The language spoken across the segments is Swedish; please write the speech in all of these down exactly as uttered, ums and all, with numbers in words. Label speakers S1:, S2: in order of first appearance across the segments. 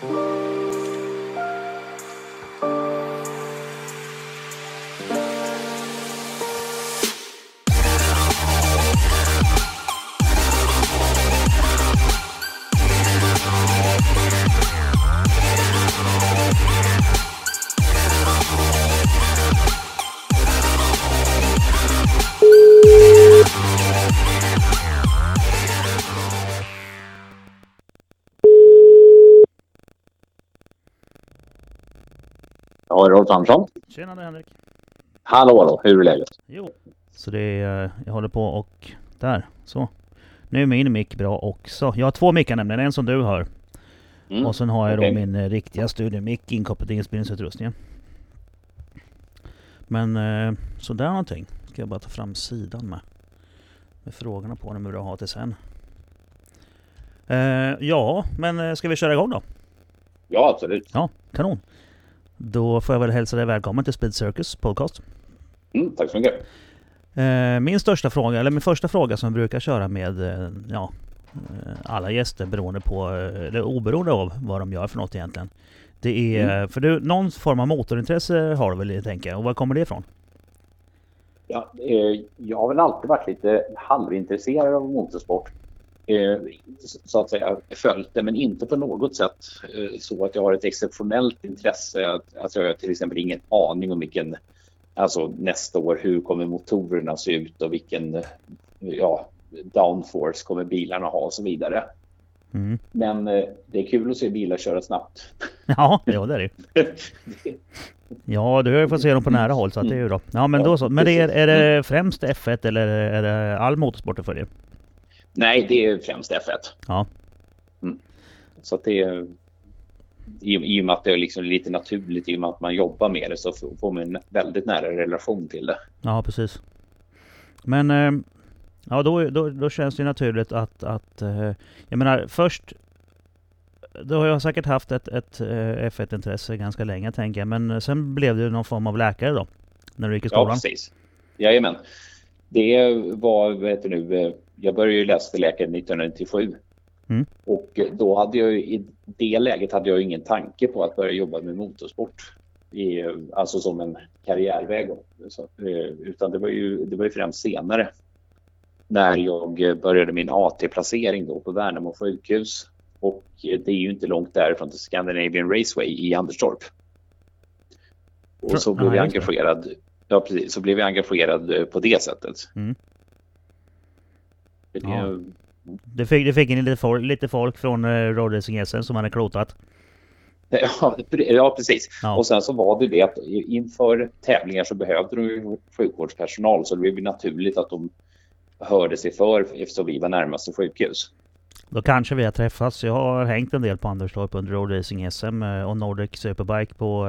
S1: Ja, Rolf Andersson.
S2: Tjena där, Henrik.
S1: Hallå, hallå. Hur är läget?
S2: Jo, så det är, jag håller på och där, så. Nu är min mick bra också. Jag har två mickar nämligen, en som du hör. Mm, och sen har jag okay. då min eh, riktiga studiemick inkopplad till inspelningsutrustningen. Men eh, så där någonting. Ska jag bara ta fram sidan med. Med frågorna på den vi vill ha till sen. Eh, ja, men ska vi köra igång då?
S1: Ja, absolut.
S2: Ja, kanon. Då får jag väl hälsa dig välkommen till Speed Circus podcast.
S1: Mm, tack så mycket.
S2: Eh, min största fråga, eller min första fråga som jag brukar köra med eh, ja, alla gäster beroende på, eller oberoende av vad de gör för något egentligen. Det är, mm. för du, någon form av motorintresse har du väl, jag tänker. Och var kommer det ifrån?
S1: Ja, eh, jag har väl alltid varit lite halvintresserad av motorsport. Eh, så att säga följt det, men inte på något sätt eh, så att jag har ett exceptionellt intresse. Att, att jag har till exempel ingen aning om vilken, alltså nästa år, hur kommer motorerna se ut och vilken ja, downforce kommer bilarna ha och så vidare. Mm. Men eh, det är kul att se bilar köra snabbt.
S2: Ja, ja det är det. Ja, du har ju fått se dem på nära håll, så att det är ju bra. Ja, men då så. Men det är, är det främst F ett eller är det all motorsport du följer?
S1: Nej, det är främst F ett.
S2: Ja.
S1: Mm. Så att det är, i, i och med att det är liksom lite naturligt, i och med att man jobbar med det, så får man en väldigt nära relation till det.
S2: Ja, precis. Men ja, då, då, då känns det naturligt att, att jag menar, först då har jag säkert haft ett, ett F ett-intresse ganska länge, tänker jag. Men sen blev det någon form av läkare då, när du gick i skolan.
S1: Ja, precis. Jajamän. Det var, vet du nu, jag började ju läsa till läkare nittonhundranittiosju. Mm. Och då hade jag i det läget hade jag ingen tanke på att börja jobba med motorsport. I, alltså som en karriärväg. Så, utan det var, ju, det var ju främst senare. När jag började min A T-placering då på Värnamo sjukhus. Och det är ju inte långt därifrån till Scandinavian Raceway i Anderstorp. Och så blev jag engagerad. Ja, precis. Så blev jag engagerad på det sättet. Mm.
S2: Det, ja. det, fick, det fick in lite folk, lite folk från uh, Road Racing S M som hade klotat.
S1: Ja, ja precis. Ja. Och sen så var det det att inför tävlingar så behövde de sjukvårdspersonal. Så det blev naturligt att de hörde sig för eftersom vi var närmaste sjukhus.
S2: Då kanske vi har träffats. Jag har hängt en del på Anderstorp under Road Racing S M och Nordic Superbike på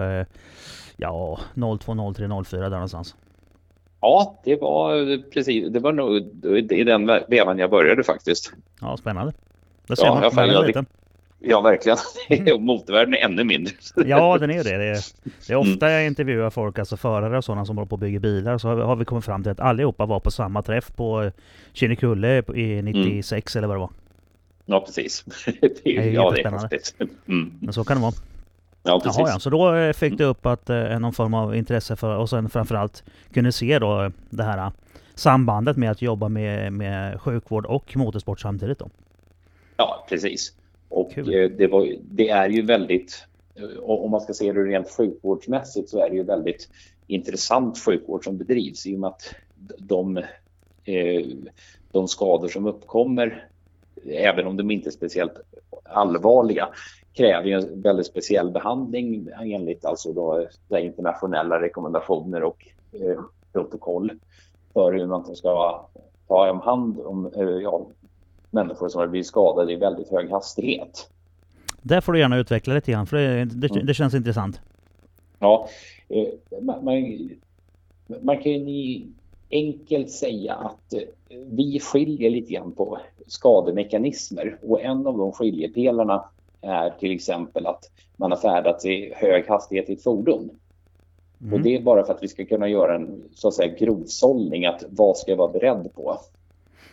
S2: ja, noll två noll tre noll fyra där någonstans.
S1: Ja, det var precis. Det var nog i den vevan jag började faktiskt.
S2: Ja, spännande. Då ser
S1: ja,
S2: man
S1: jag följer lite. Ja, verkligen. Mm. Motorvärlden är ännu mindre.
S2: Ja, den är ju det. Det är, det är ofta jag intervjuar folk, alltså förare och sådana som håller på att bygga bilar. Så har vi kommit fram till att allihopa var på samma träff på Kinnekulle i nittiosex mm. eller vad det var.
S1: Ja, precis.
S2: Det är,
S1: ja, det är häftigt.
S2: Mm. Men så kan det vara.
S1: Ja, precis.
S2: Jaha, ja. Så då fick du upp att eh, någon form av intresse för, och sen framförallt kunde se då det här sambandet med att jobba med, med sjukvård och motorsport samtidigt då.
S1: Ja, precis. Och eh, det, var, det är ju väldigt, om man ska se det rent sjukvårdsmässigt, så är det ju väldigt intressant sjukvård som bedrivs, i och med att de, eh, de skador som uppkommer, även om de inte är speciellt allvarliga, kräver ju en väldigt speciell behandling enligt alltså då internationella rekommendationer och eh, protokoll för hur man ska ta om hand om eh, ja, människor som har blivit skadade i väldigt hög hastighet.
S2: Där får du gärna utveckla lite grann, för det, det, mm. det känns intressant.
S1: Ja, eh, man, man, man kan ju enkelt säga att eh, vi skiljer lite grann på skademekanismer, och en av de skiljepelarna är till exempel att man har färdats i hög hastighet i ett fordon. Mm. Och det är bara för att vi ska kunna göra en så att säga grovsållning, att vad ska jag vara beredd på.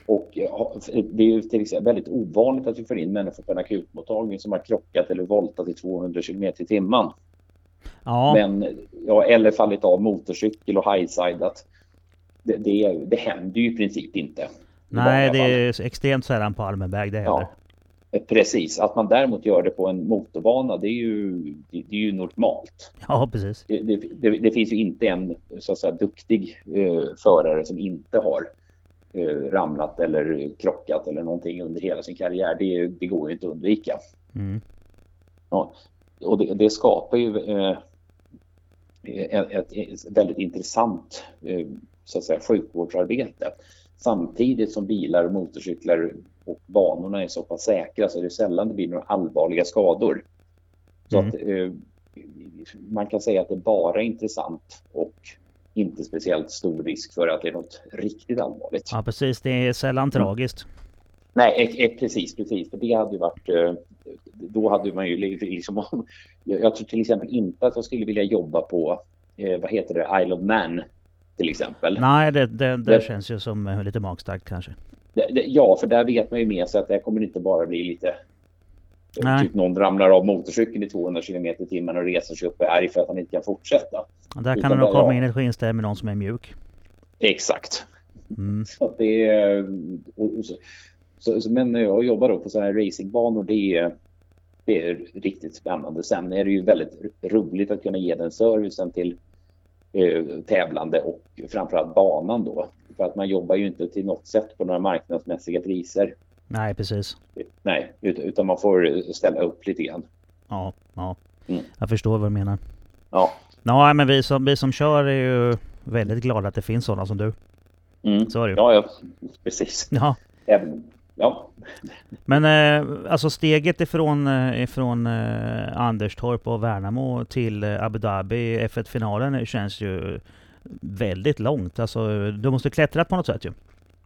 S1: Och det är ju till exempel väldigt ovanligt att vi får in människor på en akutmottagning som har krockat eller voltat i tvåhundra kilometer i timmen.
S2: Ja.
S1: Men, ja, eller fallit av motorcykel och high-sidat. Det, det, det händer ju i princip inte.
S2: Nej, det är extremt sällan på allmän väg det heller.
S1: Ja, precis. Att man däremot gör det på en motorbana, det är ju, det, det är ju normalt.
S2: Ja, precis.
S1: Det, det, det, det finns ju inte en så att säga, duktig eh, förare som inte har eh, ramlat eller krockat eller någonting under hela sin karriär. Det, det går ju inte att undvika.
S2: Mm.
S1: Ja, och det, det skapar ju eh, ett, ett, ett väldigt intressant eh, så att säga, sjukvårdsarbete. Samtidigt som bilar och motorcyklar och banorna är så pass säkra så är det sällan det blir några allvarliga skador. Så
S2: Mm.
S1: att eh, man kan säga att det bara är intressant och inte speciellt stor risk för att det är något riktigt allvarligt.
S2: Ja, precis. Det är sällan mm. tragiskt.
S1: Nej, eh, precis, precis. För det hade ju varit, eh, då hade man ju liksom, jag tror till exempel inte att jag skulle vilja jobba på, eh, vad heter det, Isle of Man till exempel.
S2: Nej, det, det, det, det känns ju som lite magstarkt kanske.
S1: Det, det, ja, för där vet man ju med sig att det kommer inte bara bli lite... Nej. Typ någon ramlar av motorcykeln i tvåhundra kilometer i timmen och reser sig upp och är arg för att han inte kan fortsätta.
S2: Och där kan det nog komma in ett skinställ med någon som är mjuk.
S1: Exakt.
S2: Mm.
S1: Så att det är... Och, och så, så, så, men jag jobbar då på sådana här racingbanor, det är, det är riktigt spännande. Sen är det ju väldigt roligt att kunna ge den servicen till eh, tävlande och framförallt banan då. För att man jobbar ju inte till något sätt på några marknadsmässiga priser.
S2: Nej, precis.
S1: Nej, utan man får ställa upp lite grann.
S2: Ja, ja.
S1: Mm.
S2: Jag förstår vad du menar.
S1: Ja.
S2: Ja, men vi som, vi som kör är ju väldigt glada att det finns sådana som du.
S1: Mm.
S2: Så är det ju.
S1: Ja, ja, precis.
S2: Ja.
S1: Även, ja.
S2: Men eh, alltså steget ifrån, ifrån eh, Anderstorp och Värnamo till eh, Abu Dhabi F ett-finalen känns ju väldigt långt. Alltså, du måste klättra på något sätt ju.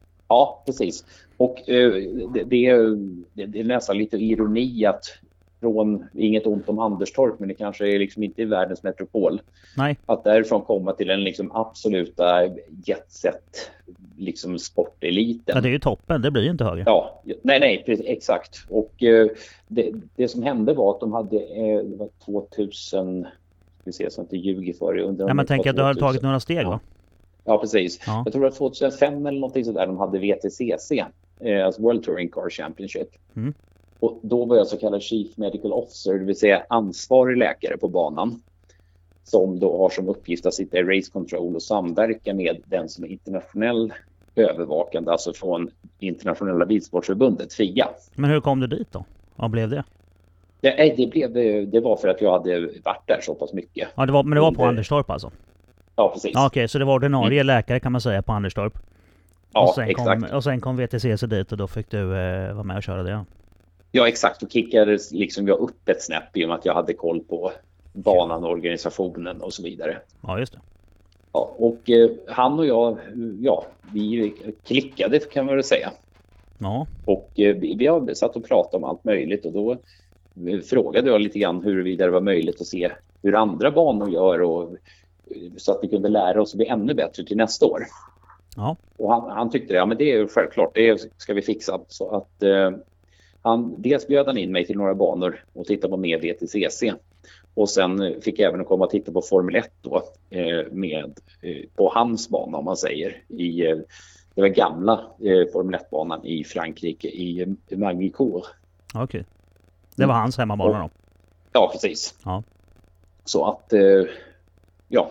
S1: Ja, precis. Och eh, det, det, är, det är nästan lite ironi att från, inget ont om Anderstorp, men det kanske är liksom inte i världens metropol.
S2: Nej.
S1: Att därifrån komma till en liksom absoluta jetset liksom sporteliten.
S2: Ja, det är ju toppen, det blir ju inte högre.
S1: Ja, nej, nej, precis, exakt. Och eh, det, det som hände var att de hade eh, det var tvåtusen, ska vi se så att inte ljuger för det. Under
S2: ja, men tänk att du har tagit några steg, va?
S1: Ja, precis.
S2: Ja.
S1: Jag tror det var tvåtusenfem eller någonting sådär de hade V T C C, eh, alltså World Touring Car Championship.
S2: Mm.
S1: Och då var jag så kallad Chief Medical Officer, det vill säga ansvarig läkare på banan. Som då har som uppgift att sitta i race control och samverka med den som är internationell övervakande, alltså från Internationella Bilsportförbundet, F I A.
S2: Men hur kom du dit då? Vad blev det?
S1: Det, det, blev, det var för att jag hade varit där så pass mycket.
S2: Ja, det var, men det var på Anderstorp alltså?
S1: Ja, precis.
S2: Ja, okej, så det var ordinarie mm. läkare kan man säga på Anderstorp.
S1: Ja,
S2: och sen
S1: exakt.
S2: Kom, och sen kom V T C C dit och då fick du eh, vara med och köra det. Ja,
S1: ja exakt. Och kickades liksom jag upp ett snäpp i och med att jag hade koll på banan, organisationen och så vidare.
S2: Ja, just det.
S1: Ja, och eh, han och jag, ja, vi klickade kan man väl säga.
S2: Ja.
S1: Och eh, vi, vi har satt och pratat om allt möjligt och då frågade jag lite grann huruvida det var möjligt att se hur andra banor gör och så att vi kunde lära oss att bli ännu bättre till nästa år.
S2: Ja.
S1: Och han, han tyckte det, ja men det är ju självklart, det ska vi fixa. Så att eh, han, dels bjöd han in mig till några banor och titta på mer V T C C. Och sen fick jag även komma och titta på Formel ett då, eh, med, eh, på hans bana om man säger. I, eh, det var gamla eh, Formel ett-banan i Frankrike, i eh, Magny-Cours.
S2: Okej. Okay. Det var hans hemmabana då?
S1: Ja, precis.
S2: Ja.
S1: Så att, eh, ja,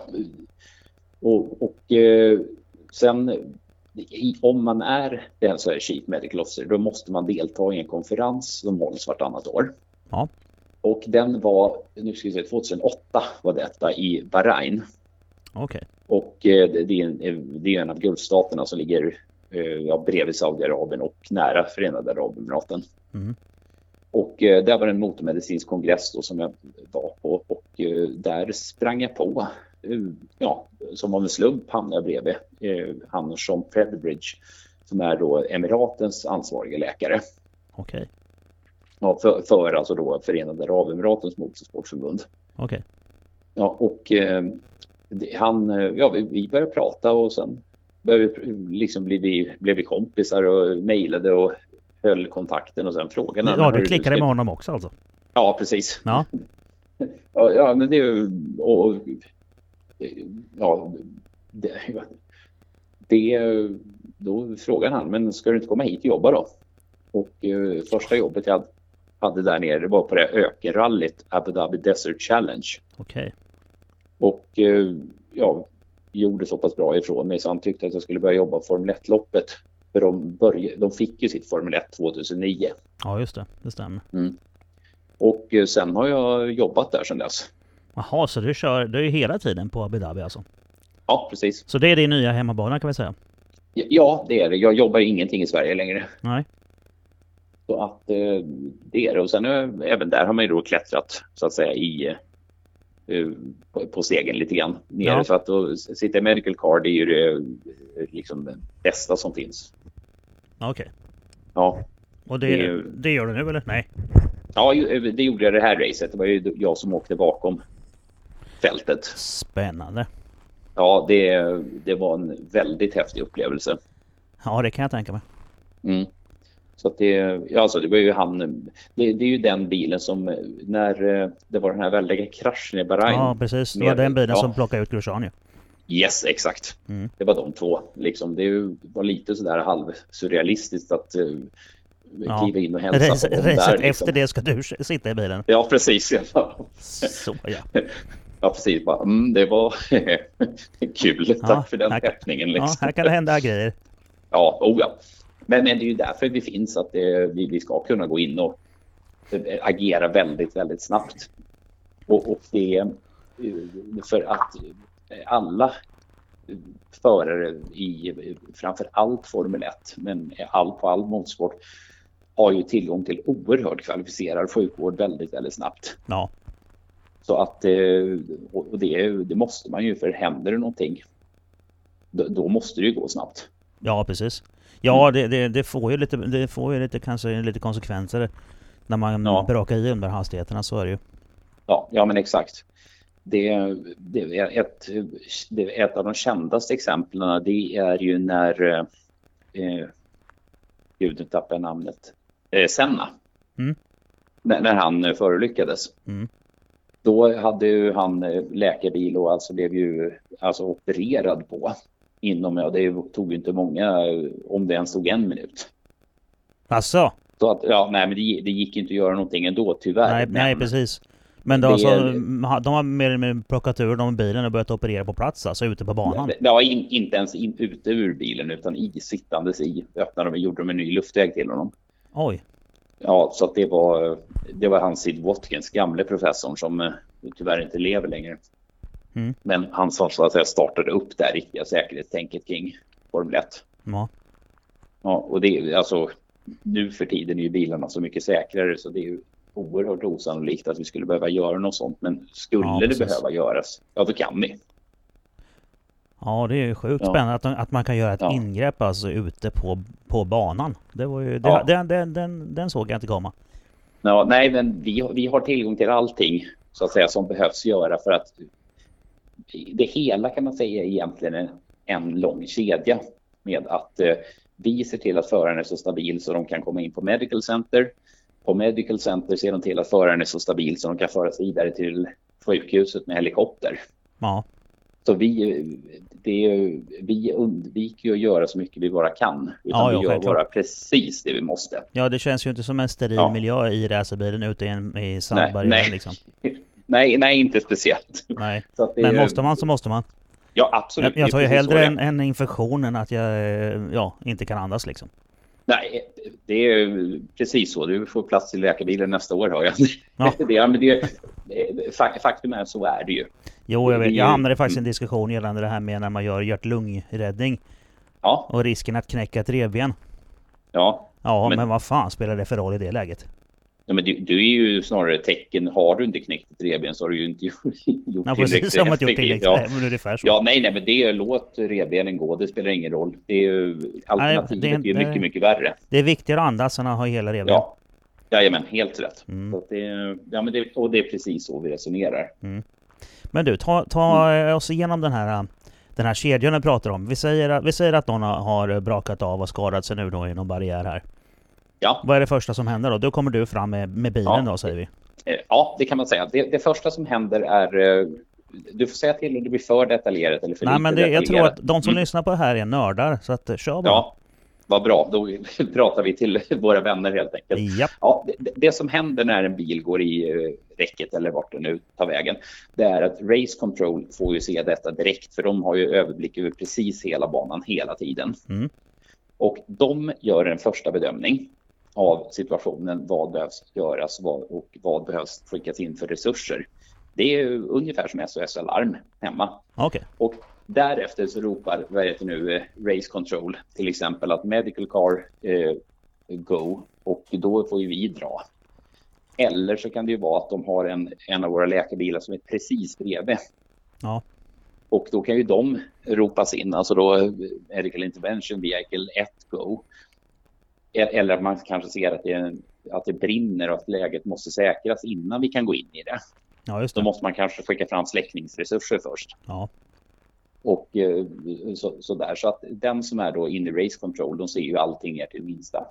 S1: och, och eh, sen om man är den så är Chief Medical Officer, då måste man delta i en konferens som hålls vartannat år.
S2: Ja.
S1: Och den var, nu ska vi se, tjugohundraåtta var detta i Bahrain.
S2: Okej. Okay.
S1: Och eh, det, är en, det är en av gulfstaterna som ligger eh, ja, bredvid Saudiarabien och nära Förenade Arabemiraten.
S2: Mm.
S1: Och eh, där var en motormedicinsk kongress då som jag var på och eh, där sprang jag på, eh, ja, som av en slump hamnade jag bredvid eh, han som Featherbridge som är då Emiratens ansvariga läkare.
S2: Okej. Okay.
S1: Ja, för, för alltså då Förenade Arabemiratens motorsportförbund.
S2: Okej. Okay.
S1: Ja, och eh, det, han, ja, vi, vi började prata och sen liksom blev vi, blev vi kompisar och mejlade och höll kontakten och sen frågan.
S2: Ja, du klickade med honom också alltså?
S1: Ja, precis.
S2: Ja,
S1: ja, ja men det är ju... Och, ja, det, det... Då frågade han, men ska du inte komma hit och jobba då? Och eh, första jobbet jag hade där nere, det var på det ökenrallyt Abu Dhabi Desert Challenge.
S2: Okej. Okay.
S1: Och eh, ja, gjorde så pass bra ifrån mig så han tyckte att jag skulle börja jobba Formel ett-loppet. För de, började, de fick ju sitt Formel ett tjugohundranio.
S2: Ja, just det. Det stämmer.
S1: Mm. Och eh, sen har jag jobbat där sedan dess.
S2: Jaha, så du kör du är ju hela tiden på Abu Dhabi alltså?
S1: Ja, precis.
S2: Så det är din nya hemmabana kan vi säga?
S1: Ja, det är det. Jag jobbar ingenting i Sverige längre.
S2: Nej.
S1: Så att eh, det är det. Och sen eh, även där har man ju då klättrat så att säga i eh, på, på stegen lite grann nere. Ja. Så att då sitta i medical card är ju det liksom det bästa som finns.
S2: Okej. Okay.
S1: Ja.
S2: Och det, det, det gör du nu eller? Nej.
S1: Ja, det gjorde jag det här racet. Det var ju jag som åkte bakom fältet.
S2: Spännande.
S1: Ja, det, det var en väldigt häftig upplevelse.
S2: Ja, det kan jag tänka mig.
S1: Mm. Så att det, ja, alltså det var ju han, det, det är ju den bilen som när det var den här väldiga kraschen i Bahrain.
S2: Ja, precis. Det var den bilen ja. som plockade ut Grosjean ju.
S1: Yes, exakt. Mm. Det var de två. Liksom, det var lite sådär halvsurrealistiskt att ja. kliva in och hälsa
S2: Res,
S1: på dem där.
S2: Liksom. Efter det ska du sitta i bilen.
S1: Ja, precis. Ja.
S2: Så, ja.
S1: Ja, precis. Bara, mm, det var kul. Tack
S2: ja,
S1: för den häpningen. Liksom.
S2: Ja, här kan det hända grejer.
S1: Ja, oh ja. Men, men det är ju därför vi finns, att det, vi, vi ska kunna gå in och agera väldigt, väldigt snabbt. Och, och det för att alla förare i framför allt Formel ett, men all, på all motorsport har ju tillgång till oerhört kvalificerad sjukvård väldigt, väldigt snabbt.
S2: Ja.
S1: Så att och det, det måste man ju, för händer det någonting då, då måste det ju gå snabbt.
S2: Ja, precis. Ja, det, det, det får ju lite det får ju lite kanske lite konsekvenser när man ja. brakar i under hastigheterna, så är det ju.
S1: Ja, ja men exakt. Det, det är ett det är ett av de kändaste exemplen, det är ju när eh Gud tappar namnet. Eh, Senna.
S2: Mm.
S1: När, när han förolyckades.
S2: Mm.
S1: Då hade ju han läkarbil och alltså blev ju alltså opererad på. Inom, ja, det tog ju inte många, om det ens tog en minut.
S2: Asså?
S1: Så att, ja, nej men det, det gick inte att göra någonting ändå, tyvärr.
S2: Nej,
S1: men,
S2: nej precis. Men då, alltså, de har mer eller mindre plockat ur de bilen och börjat operera på plats, alltså ute på banan?
S1: Ja, in, inte ens in, ute ur bilen utan i, sittandes i. Öppnade de och gjorde de en ny luftväg till honom.
S2: Oj.
S1: Ja, så att det var, det var han Sid Watkins, gamle professorn, som tyvärr inte lever längre.
S2: Mm.
S1: Men han som så att säga startade upp där riktiga säkerhetstänket kring Formel ett.
S2: Ja.
S1: Ja, och det är alltså nu för tiden är ju bilarna så mycket säkrare, så det är ju oerhört osannolikt att vi skulle behöva göra något sånt, men skulle ja, det behöva göras, ja då kan vi.
S2: Ja, det är ju sjukt ja. spännande att, att man kan göra ett ja. ingrepp alltså ute på, på banan. Det var ju, det, ja. den, den, den, den såg jag inte komma.
S1: Ja, nej, men vi, vi har tillgång till allting så att säga som behövs göra, för att det hela kan man säga egentligen en, en lång kedja med att eh, vi ser till att föraren är så stabil så de kan komma in på Medical Center. På Medical Center ser de till att föraren är så stabil så de kan föras vidare till sjukhuset med helikopter.
S2: Ja.
S1: Så vi, det, vi undviker ju att göra så mycket vi bara kan. Utan ja, vi gör bara klart. precis det vi måste.
S2: Ja, det känns ju inte som en steril ja. miljö i racerbilen ute i, en, i sandbergen liksom.
S1: Nej, nej, inte speciellt.
S2: Nej.
S1: Så att det,
S2: men måste man så måste man.
S1: Ja, absolut.
S2: Jag, jag tar ju hellre en, en infektion än att jag ja, inte kan andas liksom.
S1: Nej, det är precis så. Du får plats i läkarbilen nästa år, har jag.
S2: Ja.
S1: det, men det, faktum är så är det ju.
S2: Jo, jag vet. Jag hamnade faktiskt i en diskussion gällande det här med när man gör hjärt-lungräddning.
S1: Ja.
S2: Och risken att knäcka ett revben.
S1: Ja.
S2: Ja, men, men vad fan spelar det för roll i det läget?
S1: Ja, men du, du är ju snarare tecken. Har du inte knäckt ett revben så har du ju inte gjort
S2: ja, precis, som att gjort tillräckligt.
S1: Ja.
S2: Nej, det är
S1: ja, nej, nej, men det är låt revbenen gå. Det spelar ingen roll. Det är ju, alternativet nej, det är, är mycket, mycket värre.
S2: Det är viktigare att andas än att ha hela revben.
S1: Ja, jajamän, helt rätt.
S2: Mm.
S1: Så det, ja, men det, och det är precis så vi resonerar.
S2: Mm. Men du, ta, ta mm. oss igenom den här, den här kedjan jag pratar om. Vi säger, vi säger att någon har brakat av och skadat sig nu då i någon barriär här.
S1: Ja.
S2: Vad är det första som händer då? Då kommer du fram med, med bilen ja. då, säger vi.
S1: Ja, det kan man säga. Det, det första som händer är... Du får säga till om det blir för detaljerat eller för
S2: Nej,
S1: lite
S2: men det,
S1: detaljerat.
S2: Jag tror att de som mm. lyssnar på det här är nördar, så att kör bara.
S1: Ja, vad bra. Då pratar vi till våra vänner helt enkelt.
S2: Japp.
S1: Ja, det, det som händer när en bil går i räcket eller vart det nu tar vägen, det är att Race Control får ju se detta direkt, för de har ju överblick över precis hela banan hela tiden. Mm. Och de gör en första bedömning av situationen, vad behövs göras vad, och vad behövs skickas in för resurser. Det är ju ungefär som S O S-alarm hemma.
S2: Okay.
S1: Och därefter så ropar vad heter nu, Race Control till exempel att medical car eh, go, och då får ju vi dra. Eller så kan det ju vara att de har en, en av våra läkarbilar som är precis bredvid.
S2: Ja.
S1: Och då kan ju de ropas in, alltså då medical intervention vehicle ett go. Eller att man kanske ser att det, att det brinner och att läget måste säkras innan vi kan gå in i det.
S2: Ja, just det.
S1: Då måste man kanske skicka fram släckningsresurser först.
S2: Ja.
S1: Och så, så där. Så att den som är då inne i Race Control, de ser ju allting ner till minsta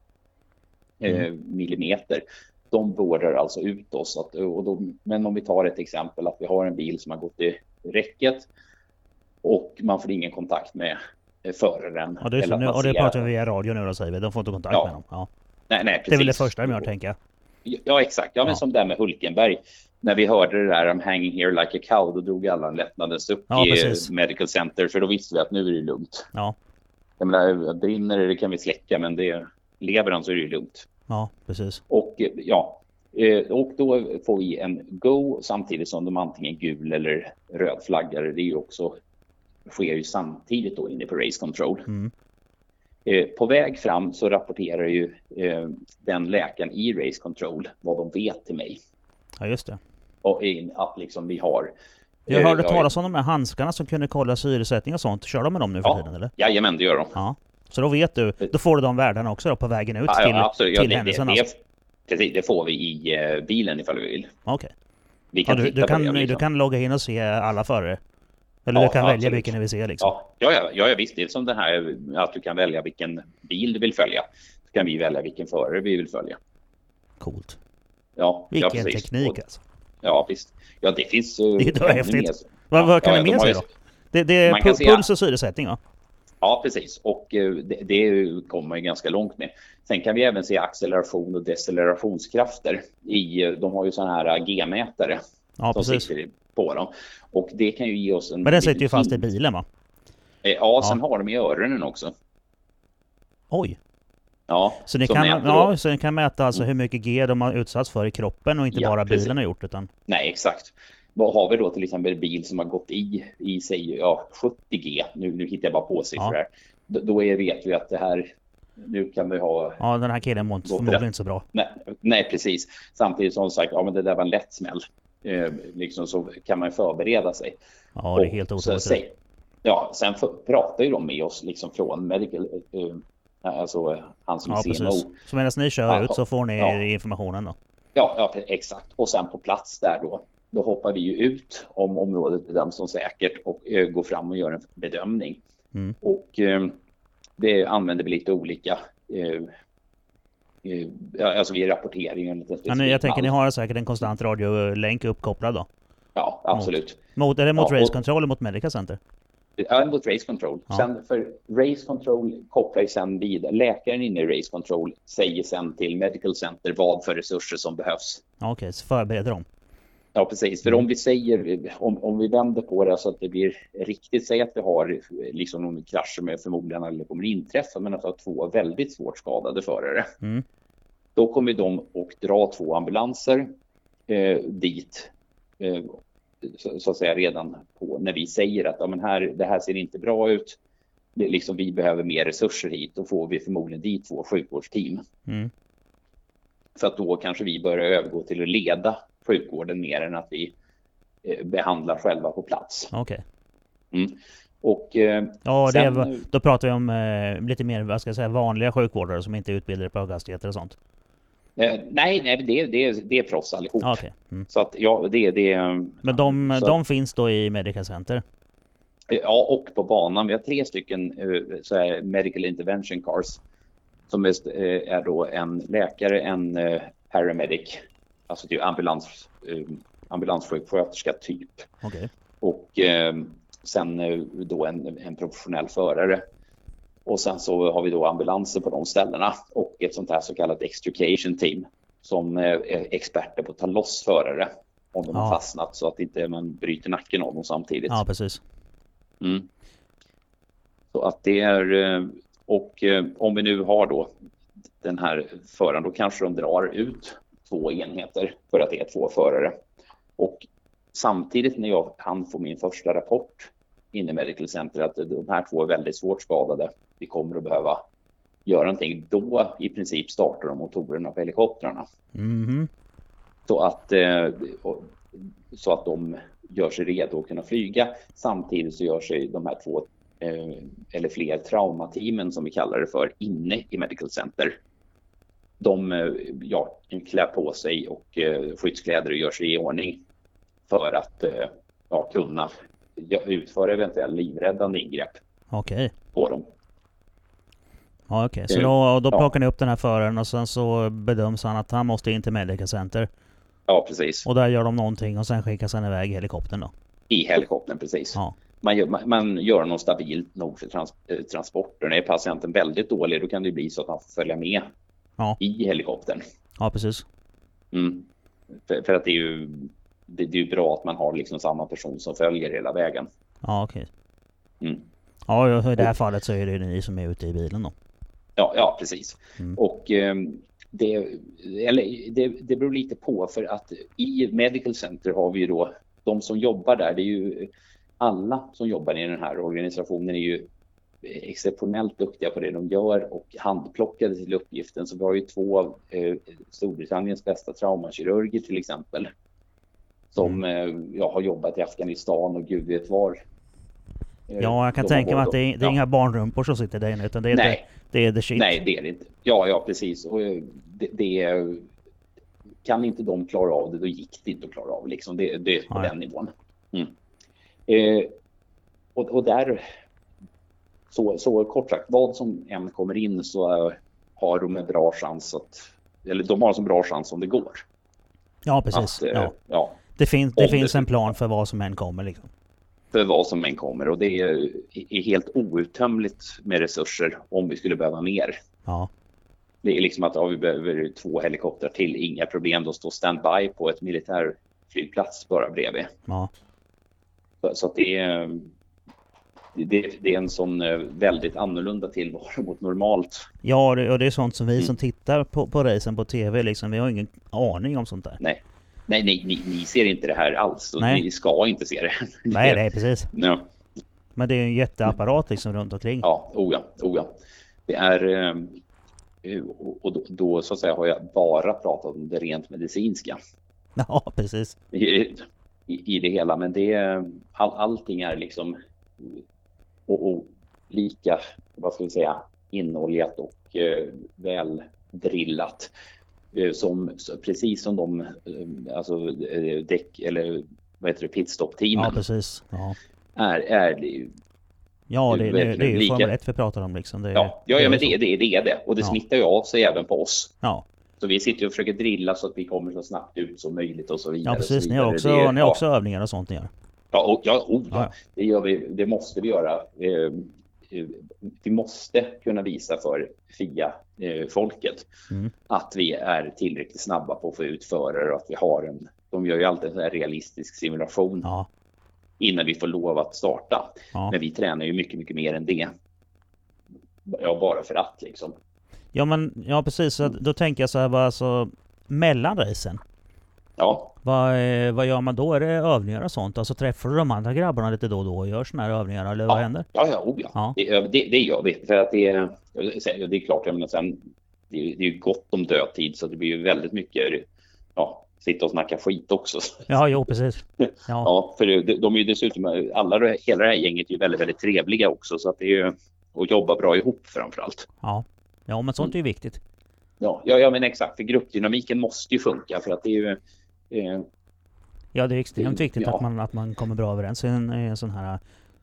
S1: mm. eh, millimeter. De beordrar alltså ut oss. Att, och då, men om vi tar ett exempel att vi har en bil som har gått i räcket och man får ingen kontakt med föraren.
S2: Ja, det är så, nu, och det pratar vi via radio nu då, säger vi. De får inte kontakt
S1: ja.
S2: med dem. Ja.
S1: Nej, nej, precis.
S2: Det är väl det första de gör, tänker jag.
S1: Ja, exakt. Ja, men ja. Som där med Hulkenberg. När vi hörde det där om hanging here like a cow, då drog alla en lättnadens upp ja, i precis. Medical Center, för då visste vi att nu är det lugnt.
S2: Ja.
S1: Jag menar, brinner det kan vi släcka, men det lever han så är det lugnt.
S2: Ja, precis.
S1: Och ja, och då får vi en go samtidigt som de antingen gul eller röd flaggare. Det är ju också, sker ju samtidigt då inne på Race Control. Mm. På väg fram så rapporterar ju den läkaren i Race Control vad de vet till mig.
S2: Ja, just det.
S1: Och in att liksom vi har...
S2: Jag hörde äh, talas om de här handskarna som kunde kolla syresättning och sånt. Kör de med dem nu för
S1: ja,
S2: tiden, eller?
S1: Jajamän, det gör de.
S2: Ja. Så då vet du, då får du de värdena också då på vägen ut
S1: ja,
S2: till,
S1: ja, absolut.
S2: till
S1: ja,
S2: händelsen.
S1: Det, det,
S2: alltså.
S1: det, precis, det får vi i uh, bilen ifall vi vill.
S2: Okej.
S1: Okay. Ja,
S2: du, du, kan, det, liksom. du kan logga in och se alla förare. Eller
S1: ja,
S2: du kan
S1: ja,
S2: välja
S1: absolut.
S2: vilken du vill se liksom.
S1: Ja, ja, ja, ja visst. Det är som det här att du kan välja vilken bil du vill följa. Så kan vi välja vilken förare vi vill följa.
S2: Coolt.
S1: Ja,
S2: vilken
S1: ja, precis.
S2: teknik alltså.
S1: Ja, visst. Ja, det finns...
S2: Uh, det är häftigt. Vad, vad kan ja, det mer säga då? Det, det är pu-
S1: se,
S2: puls och syresättning, va?
S1: Ja, precis. Och uh, det, det kommer man ju ganska långt med. Sen kan vi även se acceleration och decellerationskrafter. I, de har ju sådana här G-mätare
S2: ja,
S1: som
S2: precis.
S1: sitter på dem. Och det kan ju ge oss en...
S2: Men den sitter ju fast i bilen, va?
S1: Ja, sen ja. har de i öronen också.
S2: Oj.
S1: Ja,
S2: så ni kan, ja, så ni kan mäta alltså hur mycket G de har utsatts för i kroppen och inte ja, bara bilen precis. har gjort utan...
S1: Nej, exakt. Vad har vi då till exempel en bil som har gått i i sig ja, sjuttio G. Nu, nu hittar jag bara på siffror här. Då, då är, vet vi att det här... Nu kan vi ha...
S2: Ja, den här killen mår förmodligen inte så bra.
S1: Nej, nej, precis. Samtidigt som sagt, ja men det där var en lätt smäll. Eh, liksom så kan man förbereda sig.
S2: Ja, det är helt otroligt.
S1: Ja, sen för, pratar ju de med oss liksom från medical... Eh, alltså han som
S2: ja,
S1: C M O.
S2: Precis. Så medan ni kör ja, ut så får ni ja. informationen då?
S1: Ja, ja, exakt. Och sen på plats där då, då hoppar vi ju ut om området bedöms som säkert och eh, går fram och gör en bedömning. Mm. Och eh, det använder vi lite olika... Eh, eh, alltså vi rapporterar ju lite
S2: ja, nu, jag tänker ni har säkert en konstant radiolänk uppkopplad då?
S1: Ja, absolut.
S2: Mot, mot, är det mot
S1: ja,
S2: Race Control eller mot Medical Center?
S1: Ja, mot Race Control. Ja. Sen för Race Control kopplar ju sen vidare. Läkaren inne i Race Control säger sen till Medical Center vad för resurser som behövs.
S2: Okej, okay, så förbereder de.
S1: Ja, precis. För mm. om vi säger, om, om vi vänder på det så att det blir riktigt, säg att vi har liksom någon krasch med förmodligen eller kommer inträffa, men att ha två väldigt svårt skadade förare. Mm. Då kommer de att dra två ambulanser eh, dit eh, så, så att säga redan på när vi säger att ja, men här, det här ser inte bra ut. Det, liksom, vi behöver mer resurser hit. Då får vi förmodligen dit två sjukvårdsteam. Mm. För att då kanske vi börjar övergå till att leda sjukvården mer än att vi eh, behandlar själva på plats.
S2: Okej.
S1: Okay. Mm. Och eh,
S2: ja, det sen, är, då pratar vi om eh, lite mer vad ska jag säga, vanliga sjukvårdare som inte är utbildade på höghastigheter och sånt.
S1: Eh, nej, nej det, det, det är proffs allihop.
S2: Okay. Mm.
S1: Så att ja, det det.
S2: Men de,
S1: så,
S2: de finns då i Medical Center?
S1: Ja, och på banan. Vi har tre stycken uh, så här medical intervention cars. Som är, uh, är då en läkare, en uh, paramedic. Alltså det är ambulans, uh, ambulanssjuksköterska typ.
S2: Okay.
S1: Och uh, sen uh, då en, en professionell förare. Och sen så har vi då ambulanser på de ställena. Och ett sånt här så kallat extrication team. Som är experter på att ta loss förare. Om de ja. har fastnat så att inte man bryter nacken av dem samtidigt.
S2: Ja, precis.
S1: Mm. Så att det är, och om vi nu har då den här föraren, då kanske de drar ut två enheter för att det är två förare. Och samtidigt när jag kan få min första rapport in i Medical Center att de här två är väldigt svårt skadade, vi kommer att behöva göra någonting, då i princip startar de motorerna på helikoptrarna.
S2: Mm.
S1: Så att så att de gör sig redo att kunna flyga. Samtidigt så gör sig de här två eh, eller fler traumateamen som vi kallar det för inne i Medical Center. De ja, klär på sig och eh, skyddskläder och gör sig i ordning för att eh, ja, kunna utföra eventuella livräddande ingrepp
S2: okay.
S1: på dem.
S2: Ja, okej. Okay. Så då, då plockar ja. ni upp den här föraren och sen så bedöms han att han måste in till Medical Center.
S1: Ja, precis.
S2: Och där gör de någonting och sen skickas han iväg i helikoptern då?
S1: I helikoptern, precis.
S2: Ja.
S1: Man, gör, man, man gör någon stabilt nog för trans, eh, transporten. Är patienten väldigt dålig, då kan det bli så att han får följa med ja. i helikoptern.
S2: Ja, precis.
S1: Mm. För, för att det är ju det, det är ju bra att man har liksom samma person som följer hela vägen.
S2: Ja, okej.
S1: Okay. Mm.
S2: Ja, i det här och, fallet så är det ni som är ute i bilen då.
S1: Ja, ja precis. Mm. Och eh, det, eller, det, det beror lite på, för att i Medical Center har vi ju då de som jobbar där, det är ju alla som jobbar i den här organisationen är ju exceptionellt duktiga på det de gör och handplockade till uppgiften. Så vi har ju två av eh, Storbritanniens bästa traumakirurger till exempel som mm. eh, jag har jobbat i Afghanistan och gud vet var.
S2: Ja, jag kan tänka mig att det är, det är ja. inga barnrumpor som sitter där inne, utan det är,
S1: Nej.
S2: Det, det är the shit.
S1: Nej, det är det inte. Ja, ja, precis. Och det, det kan inte de klara av det, då gick det inte att klara av. Liksom. Det, det är på Nej. den nivån. Mm. Eh, och, och där, så, så kort sagt, vad som än kommer in så har de en bra chans att, eller de har en så bra chans som det går.
S2: Ja, precis. Att,
S1: ja. Ja.
S2: Det, fin, det finns det, en plan för vad som än kommer liksom.
S1: För vad som än kommer, och det är, är helt outtömligt med resurser om vi skulle behöva mer.
S2: Ja.
S1: Det är liksom att ja, vi behöver två helikoptrar till, inga problem, de står standby på ett militärflygplats bara bredvid.
S2: Ja.
S1: Så, så att det är, det, det är en sån väldigt annorlunda tillvaro mot normalt.
S2: Ja, det, och det är sånt som vi mm. som tittar på, på racen på tv, liksom, vi har ingen aning om sånt där.
S1: Nej. Nej, nej ni, ni ser inte det här alls. Och ni ska inte se det.
S2: Nej, nej, precis.
S1: Ja.
S2: Men det är en jätteapparat liksom runt omkring.
S1: Ja, oja, oja. Det är... Och då, då så att säga har jag bara pratat om det rent medicinska.
S2: Ja, precis.
S1: I, i, i det hela. Men det all, allting är liksom och, och lika, vad ska vi säga, inoljat och eh, väl drillat. Som, precis som de alltså däck eller vad heter det, pitstop-teamen.
S2: Ja, precis. Ja.
S1: Är, är det ju...
S2: Ja, det, det, det, det är ju lika... Formel ett vi pratar om liksom. Det är,
S1: ja, ja,
S2: det
S1: ja men det, det, det är det. Och det ja. smittar ju av sig även på oss.
S2: Ja.
S1: Så vi sitter och försöker drilla så att vi kommer så snabbt ut som möjligt och så vidare.
S2: Ja, precis.
S1: Ni
S2: har också,
S1: det,
S2: ni har också ja. övningar och sånt ni gör.
S1: Ja, och, ja, oh, ja.
S2: ja.
S1: Det, gör vi, det måste vi göra. Eh, vi måste kunna visa för F I A-folket
S2: mm.
S1: att vi är tillräckligt snabba på att få ut förare och att vi har en, de gör ju alltid en sån här realistisk simulation
S2: ja.
S1: innan vi får lov att starta.
S2: Ja.
S1: Men vi tränar ju mycket, mycket mer än det. Ja, bara för att liksom.
S2: Ja, men ja, precis. Så då tänker jag så här, bara så mellan racen.
S1: Ja.
S2: Vad, vad gör man då? Är det övningar och sånt? Alltså träffar du de andra grabbarna lite då och då och gör såna här övningar? Eller vad
S1: ja.
S2: händer?
S1: Ja, ja, oh, ja.
S2: ja.
S1: Det, det, det gör vi. För att det, det är klart, jag menar sen, det, är, det är ju gott om dödtid så det blir ju väldigt mycket ja, sitta och snacka skit också.
S2: Ja, jo, precis. Ja,
S1: ja för de, de är ju dessutom, alla, hela det här gänget är ju väldigt, väldigt trevliga också så att det är ju att jobba bra ihop framförallt.
S2: Ja, ja men sånt är ju viktigt.
S1: Ja, ja, ja men exakt, för gruppdynamiken måste ju funka för att det är ju eh,
S2: ja, det är extremt viktigt
S1: ja.
S2: att, man, att man kommer bra överens i en, i en sån här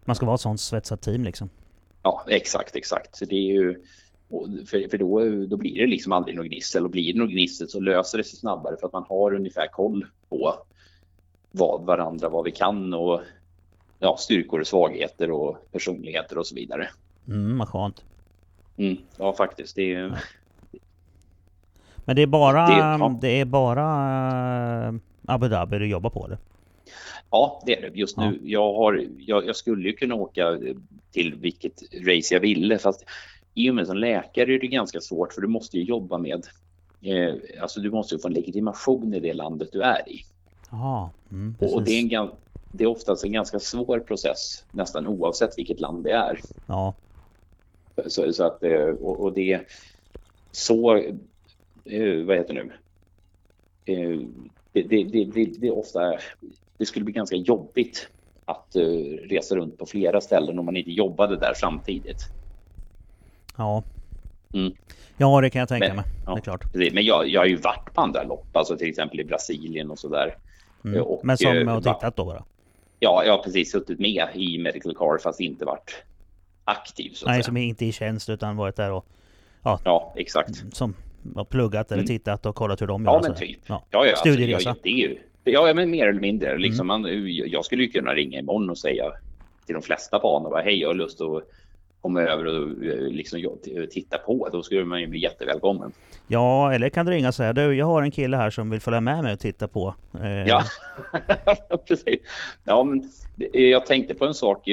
S2: Man ska vara ett sånt svetsat team liksom.
S1: Ja, exakt, exakt. Så det är ju, för, för då, då blir det liksom aldrig något gnissel, och blir det något gnissel så löser det sig snabbare för att man har ungefär koll på vad varandra, vad vi kan och ja, styrkor och svagheter och personligheter och så vidare.
S2: Mm, vad skönt.
S1: Mm, ja, faktiskt. Det är, ja.
S2: Men det är bara, det,
S1: ja. det
S2: är bara Abu Dhabi du jobbar på det?
S1: Ja, det är det. Just nu, ja. jag, har, jag, jag skulle ju kunna åka till vilket race jag ville, fast i och med som läkare är det ganska svårt, för du måste ju jobba med, eh, alltså du måste ju få en legitimation i det landet du är i.
S2: Aha, mm,
S1: och det är, en, det är oftast en ganska svår process, nästan oavsett vilket land det är.
S2: Ja.
S1: Så, så att, och, och det är så, eh, vad heter det nu? Eh, det, det, det, det, det är ofta, det skulle bli ganska jobbigt att uh, resa runt på flera ställen om man inte jobbade där samtidigt.
S2: Ja.
S1: Mm.
S2: Ja, det kan jag tänka
S1: men,
S2: mig.
S1: Ja,
S2: det är klart.
S1: Men jag, jag har ju varit på andra lopp, alltså till exempel i Brasilien och sådär.
S2: Mm. Och, men som har tittat då bara?
S1: Ja, jag har precis suttit med i Medical Car fast inte varit aktiv. Så
S2: Nej,
S1: säga.
S2: som inte i tjänst utan varit där och
S1: ja, ja exakt.
S2: Som har pluggat eller tittat och kollat hur de
S1: ja,
S2: gör.
S1: Men typ.
S2: Ja,
S1: ja, ja
S2: studieresa.
S1: Alltså, jag, det är ju, ja, men mer eller mindre. Liksom, mm. man, jag skulle ju kunna ringa imorgon och säga till de flesta barn och bara, hej, jag har lust att komma över och liksom, titta på. Då skulle man ju bli jättevälkommen.
S2: Ja, eller kan du ringa och säga, du, jag har en kille här som vill följa med mig och titta på. Eh...
S1: Ja, precis. Ja, men jag tänkte på en sak.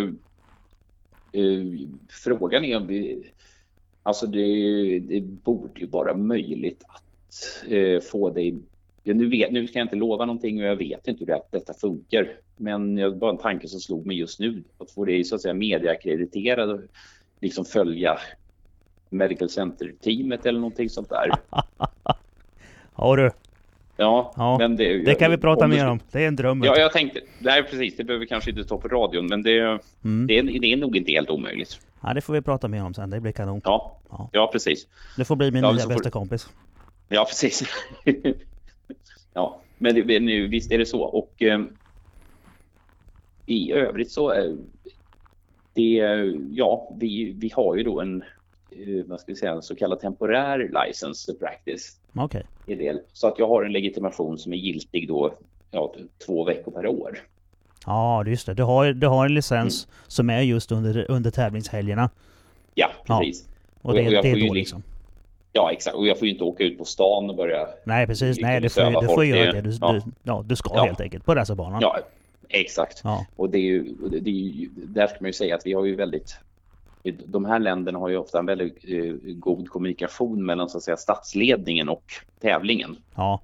S1: Frågan är om vi, alltså det, det borde ju vara möjligt att eh, få dig. Ja, nu, vet, nu ska jag inte lova någonting och jag vet inte hur det, detta funkar. Men det var bara en tanke som slog mig just nu. Att få dig så att säga mediaackrediterad och liksom följa Medical Center-teamet eller någonting sånt där.
S2: Ja du.
S1: Ja,
S2: ja,
S1: men det,
S2: det kan vi prata
S1: om
S2: mer
S1: du,
S2: om. Det är en dröm.
S1: Ja, jag tänkte, nej precis, det behöver kanske inte stå på radion, men det, mm. det, är, det är nog inte helt omöjligt.
S2: Ja, det får vi prata mer om sen, det blir kanon.
S1: Ja, ja. ja precis.
S2: Det får bli min ja, nya bästa får... kompis.
S1: Ja, precis. Ja, men det, nu, visst är det så. Och eh, i övrigt så är det, ja, vi, vi har ju då en, vad ska vi säga, en så kallad temporär license to practice.
S2: Okej.
S1: Okay. Så att jag har en legitimation som är giltig då ja, två veckor per år.
S2: Ja, just det. Du har, du har en licens mm. som är just under, under tävlingshelgerna.
S1: Ja, precis.
S2: Ja. Och det, och jag, jag det är då liksom.
S1: Ja, exakt. Och jag får ju inte åka ut på stan och börja...
S2: Nej, precis. Nej, du får, du får göra det. Du, ja. Du, ja, du ska ja. helt enkelt på racerbanan.
S1: Ja, exakt.
S2: Ja.
S1: Och det är ju, det är ju, där ska man ju säga att vi har ju väldigt... De här länderna har ju ofta en väldigt eh, god kommunikation mellan så att säga statsledningen och tävlingen.
S2: Ja.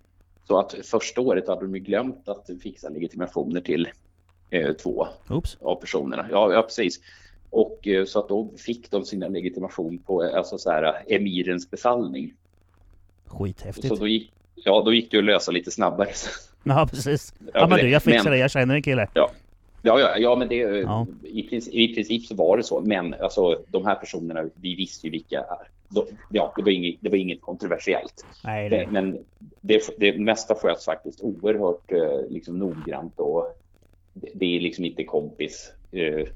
S1: Så att första året hade de ju glömt att fixa legitimationer till eh, två
S2: Oops.
S1: av personerna. Ja, ja, precis. Och eh, så att då fick de sina legitimation på alltså så här emirens befallning.
S2: Skithäftigt.
S1: Så då gick, ja, då gick det att lösa lite snabbare.
S2: Ja, precis. Ja, ja men du, jag fixar men, det. Jag känner en kille.
S1: Ja. Ja, ja, ja, men det, ja. I, princip, i princip så var det så. Men alltså, de här personerna, vi visste ju vilka är. De, ja, det var inget, det var inget kontroversiellt.
S2: Nej, det.
S1: Men det, det mesta sköts faktiskt oerhört liksom, noggrant. Och det, det är liksom inte kompis eh,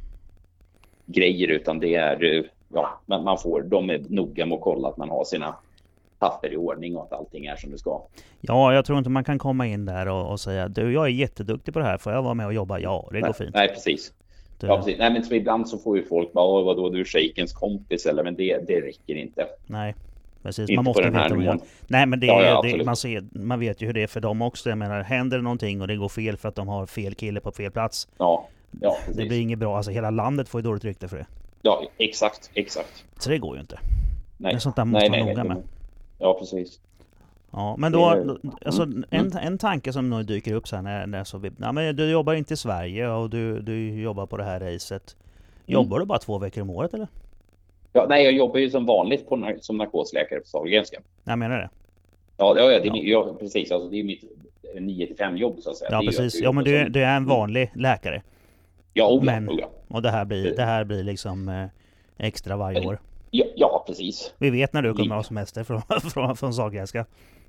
S1: grejer, utan det är, ja, man, man får, de är noga med att kolla att man har sina papper i ordning och att allting är som det ska.
S2: Ja, jag tror inte man kan komma in där och, och säga, du, jag är jätteduktig på det här, får jag vara med och jobba? Ja, det
S1: nej,
S2: går fint.
S1: Nej, precis. Du... Ja, precis. Nej, men så ibland så får ju folk bara, vadå, du är shejkens kompis, eller, men det, det räcker inte.
S2: Nej, precis.
S1: Inte
S2: man måste veta
S1: hur
S2: man... Nej, men det,
S1: ja, ja,
S2: det, man, ser, man vet ju hur det är för dem också. Jag menar, händer det någonting och det går fel för att de har fel kille på fel plats.
S1: Ja, ja
S2: det blir inget bra. Alltså hela landet får ju dåligt rykte för det.
S1: Ja, exakt, exakt.
S2: Så det går ju inte.
S1: Nej.
S2: Det är sånt där måste
S1: nej,
S2: man
S1: nej,
S2: noga
S1: nej,
S2: med.
S1: Ja, precis.
S2: Ja, men då, alltså, en, en tanke som nu dyker upp så här när, när så vi, ja, men du jobbar inte i Sverige och du, du jobbar på det här racet. Jobbar mm. du bara två veckor om året eller?
S1: Ja, nej, jag jobbar ju som vanligt på, som narkosläkare på Sahlgrenska.
S2: Jag menar det.
S1: Ja, det, det, ja. Ja, precis. Alltså, det är mitt nio till fem jobb så att säga.
S2: Ja, precis. Ja, men du, du är en vanlig läkare.
S1: Ja, oh,
S2: men,
S1: oh, ja.
S2: Och det här blir, det här blir liksom eh, extra varje år.
S1: Ja, ja, precis.
S2: Vi vet när du kommer ha semester från, från, från Sahlgrenska.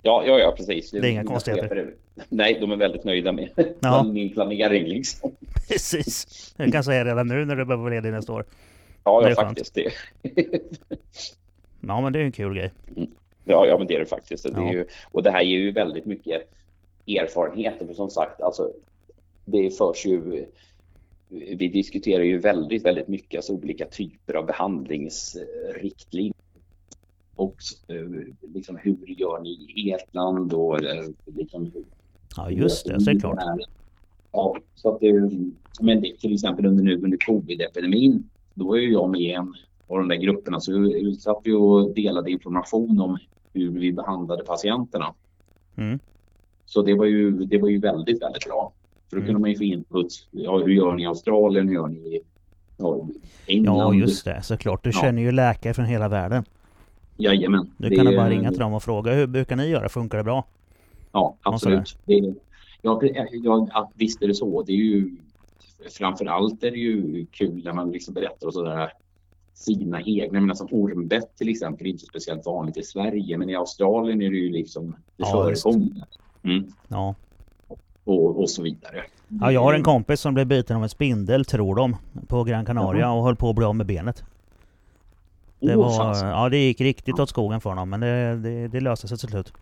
S1: Ja, ja, ja, precis.
S2: Det är inga konstigheter.
S1: Nej, de är väldigt nöjda med
S2: ja.
S1: min planering liksom.
S2: Precis. Jag kan säga redan nu när du börjar vara ledig nästa år.
S1: Ja, ja faktiskt det.
S2: Ja, men det är ju en kul grej.
S1: Ja, ja men det är det faktiskt. Det
S2: ja.
S1: är ju, och det här ger ju väldigt mycket erfarenheter. För som sagt, alltså, det förs ju... Vi diskuterar ju väldigt, väldigt mycket alltså, olika typer av behandlingsriktlinjer. Och liksom, hur gör ni i ert land? Och, liksom, hur,
S2: ja, just det. Så är det klart.
S1: Ja, så att det, men det, till exempel under, nu, under covid-epidemin, då är ju jag med en av de där grupperna. Så vi satt ju och delade information om hur vi behandlade patienterna.
S2: Mm.
S1: Så det var, ju, det var ju väldigt, väldigt bra. För då kunde mm. man ju få input. Ja, hur gör ni i Australien? Hur gör ni i ja, England?
S2: Ja, just det. Såklart. Du ja. känner ju läkare från hela världen.
S1: Jajamän.
S2: Du kan det, bara ringa till dem och fråga hur brukar ni göra? Funkar det bra?
S1: Ja, absolut. Det, ja, ja, visst är det så. Det är ju, framförallt är det ju kul när man liksom berättar och sådär sina egna. Men som ormbett till exempel är inte speciellt vanligt i Sverige. Men i Australien är det ju liksom det
S2: ja,
S1: förekommer. Mm.
S2: Ja.
S1: Och, och så vidare.
S2: Ja, jag har en kompis som blev biten av en spindel, tror de, på Gran Canaria mm. och höll på att bli av med benet. Det,
S1: oh,
S2: var, ja, det gick riktigt åt skogen för honom, men det, det, det löste sig till slut.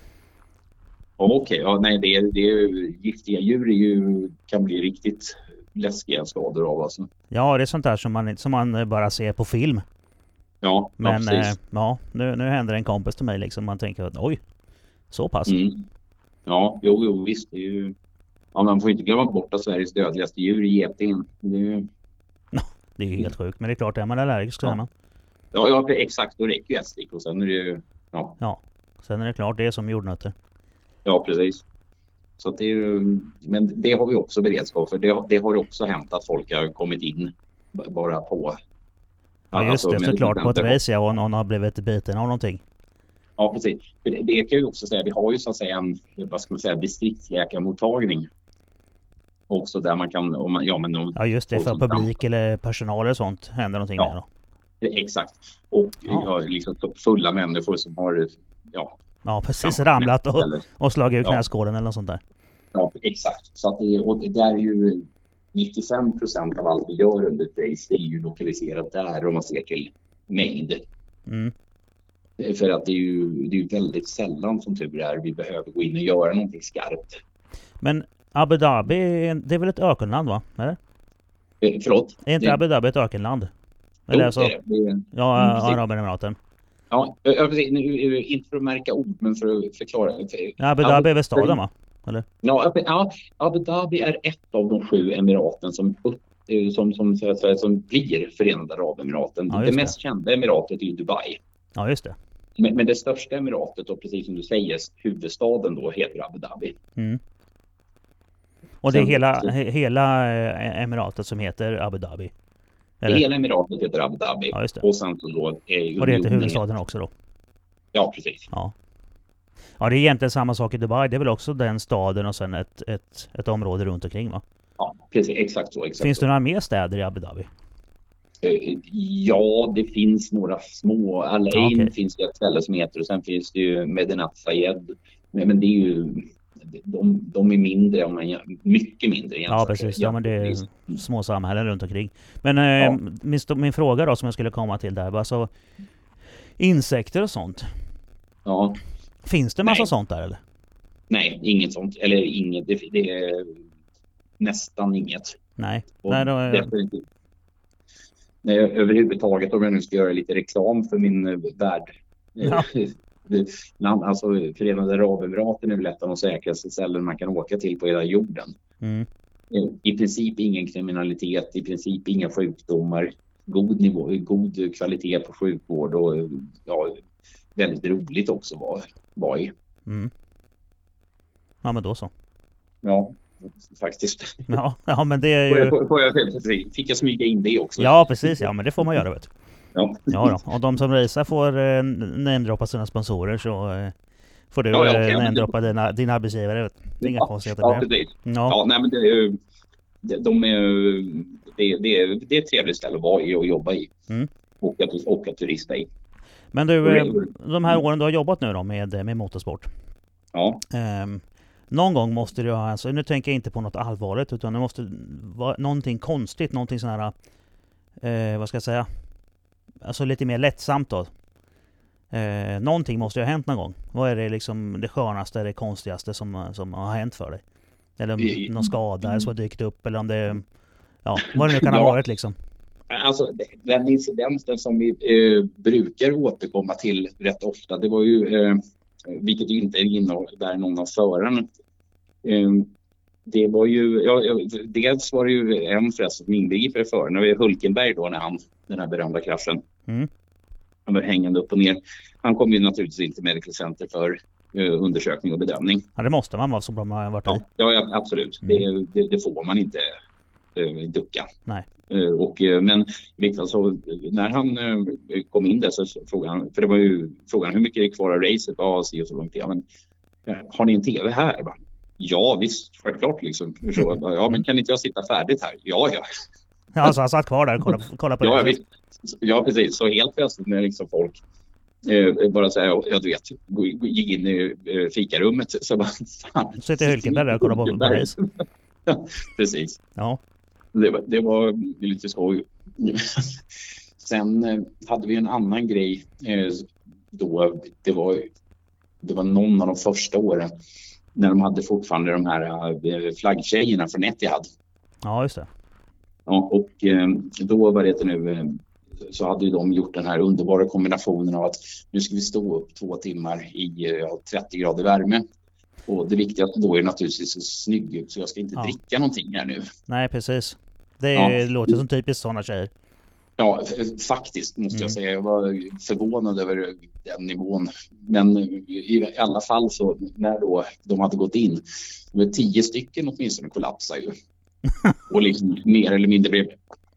S1: Okej, okay. ja, nej, det, det är ju, giftiga djur är ju, kan bli riktigt läskiga skador av. Alltså.
S2: Ja, det är sånt där som man, som man bara ser på film.
S1: Ja,
S2: men
S1: ja,
S2: eh, ja nu, nu händer en kompis till mig liksom, man tänker att oj, så pass.
S1: Mm. Ja, jo, jo, visst. Det är ju, ja, man får inte glömma bort att Sveriges dödligaste djur är geting. Det är ju
S2: no, det är ju helt sjukt, men det är klart, är man allergisk så
S1: ja.
S2: är man.
S1: Ja, ja, exakt. Då räcker ju ett stick och sen är det ju... Ja,
S2: ja sen är det klart, det är som jordnötter.
S1: Ja, precis. Så att det är ju, men det har vi också beredskap för. Det, det har också hänt att folk har kommit in bara på...
S2: Ja, just alltså, det. Såklart på ett race, ja, och någon har blivit biten av någonting.
S1: Ja, precis. Det, det kan jag också säga. Vi har ju så att säga en, vad ska man säga, distriktsläkarmottagning. Också där man kan... Om man, ja, men om,
S2: ja, just det. För publik kan, eller personal eller sånt händer någonting
S1: ja,
S2: där då.
S1: Exakt. Och
S2: ja.
S1: Ja, liksom fulla människor som har... Ja,
S2: ja precis. Ja, ramlat och, och slagit ut knäskålen ja. Eller något sånt där.
S1: Ja, exakt. Så att det, och det där är ju nittiofem procent av allt vi gör under ett race, det är ju lokaliserat där om man ser till mängd.
S2: Mm.
S1: För att det är ju det är väldigt sällan som tur är vi behöver gå in och göra någonting skarpt.
S2: Men Abu Dhabi, det är väl ett ökenland, va? Eller?
S1: Eh, förlåt?
S2: Är inte det... Abu Dhabi ett ökenland? Eller
S1: jo,
S2: alltså,
S1: det är det.
S2: Ja, Arabemiraten.
S1: Ja, precis. Inte för att märka ord, men för att förklara.
S2: Ja, Abu Dhabi är väl staden, va? Eller?
S1: Ja, ja, Abu Dhabi är ett av de sju emiraten som, som, som, som, som blir Förenade Arabemiraten. Ja, det mest det. kända emiratet är Dubai.
S2: Ja, just det.
S1: Men, men det största emiratet, och precis som du säger, huvudstaden då heter Abu Dhabi.
S2: Mm. Och det är hela, hela emiratet som heter Abu Dhabi?
S1: Eller? Hela emiratet heter Abu Dhabi.
S2: Ja, just det.
S1: Och sen så då är
S2: och det heter huvudstaden också då?
S1: Ja, precis.
S2: Ja. Ja, det är egentligen samma sak i Dubai. Det är väl också den staden och sen ett, ett, ett område runt omkring, va?
S1: Ja, precis. Exakt så. Exakt
S2: finns
S1: så.
S2: det några mer städer i Abu Dhabi?
S1: Ja, det finns några små. Al Ain
S2: okay.
S1: finns det ett ställe som heter, och sen finns det ju Medinat Sayed. Men, men det är ju de, de är mindre, om man, mycket mindre.
S2: Ja, precis. Ja, men det är små samhällen runt omkring. Men ja. eh, min, min fråga då som jag skulle komma till där, alltså insekter och sånt.
S1: Ja.
S2: Finns det massa
S1: Nej.
S2: sånt där eller?
S1: Nej, inget sånt. Eller inget. Det, det är nästan inget.
S2: Nej. Nej då är...
S1: Definitivt. Nej, överhuvudtaget, om jag nu ska göra lite reklam för min värld.
S2: Ja.
S1: Land, alltså Förenade Arabemiraten är väl ett av de säkraste ställen man kan åka till på hela jorden.
S2: Mm.
S1: I princip ingen kriminalitet, i princip inga sjukdomar, god nivå, god kvalitet på sjukvård och ja, väldigt roligt också var, var i.
S2: Mm. Ja, men då så.
S1: Ja, faktiskt.
S2: Ja, ja men det är ju...
S1: Får jag, får jag, fick jag smyga in det också?
S2: Ja, precis. Ja, men det får man göra, vet du.
S1: Ja.
S2: Ja då. Och de som racear får eh, namedroppa sina sponsorer, så eh, får du ja, ja, okay, eh, namedroppa det... dina, dina arbetsgivare. Det är inga
S1: ja,
S2: konstigheter
S1: ja,
S2: det.
S1: Ja, ja, nej men det är ju... De är, det, det, är, det är ett trevligt ställe att vara i och jobba i.
S2: Mm.
S1: Och, att, och att turista i.
S2: Men du, de här åren du har jobbat nu då med, med motorsport.
S1: Ja.
S2: Um, någon gång måste det ju ha, alltså, nu tänker jag inte på något allvarligt, utan det måste vara någonting konstigt, någonting sån här, eh, vad ska jag säga, alltså lite mer lättsamt då. Eh, någonting måste ju ha hänt någon gång. Vad är det liksom det skönaste, det konstigaste som, som har hänt för dig? Eller om någon skada mm. som har dykt upp, eller om det, ja, vad det nu kan ha varit liksom.
S1: Alltså den incidenten som vi eh, brukar återkomma till rätt ofta, det var ju, eh, vilket inte innebär någon av förarna. Eh, det var ju, ja, dels var det ju en förresten som inbegriper föraren, det var Hulkenberg då när han, den här berömda kraschen. Mm. Han var hängande upp och ner. Han kom ju naturligtvis in till Medical Center för uh, undersökning och bedömning.
S2: Ja, det måste man vara så bra man har varit i.
S1: Ja, ja absolut. Mm. Det, det, det får man inte uh, ducka.
S2: Nej.
S1: Uh, och, uh, men alltså, när han uh, kom in där så frågade han, för det var ju frågan hur mycket är det kvar av racet? Ja, så, så långt. Ja, men, uh, har ni en tv här? Va? Ja, visst. Självklart liksom. Så, ja, men kan inte jag sitta färdigt här? Ja, ja.
S2: Ja, så han satt kvar där och kollade, kollade på
S1: ja,
S2: det.
S1: Ja, precis. Så helt plötsligt när liksom folk eh, bara säger, jag vet, gick in i eh, fikarummet så bara, fan.
S2: Så sitter Hulkenberg där och kollar på Paris.
S1: Ja, precis.
S2: Ja.
S1: Det var, det var lite skoj. Sen eh, hade vi en annan grej eh, då, det var, det var någon av de första åren när de hade fortfarande de här eh, flaggtjejerna från Etihad.
S2: Ja, just det.
S1: Ja, och eh, då var det nu eh, så hade ju de gjort den här underbara kombinationen av att nu ska vi stå upp två timmar i ja, trettio grader värme. Och det viktigaste då är naturligtvis så snygg ut så jag ska inte ja. dricka någonting här nu.
S2: Nej, precis. Det är, ja. låter som typiskt sådana tjejer.
S1: Ja, faktiskt måste mm. jag säga. Jag var förvånad över den nivån. Men i alla fall så när då de hade gått in, det var tio stycken åtminstone kollapsade ju. Och liksom mer eller mindre blev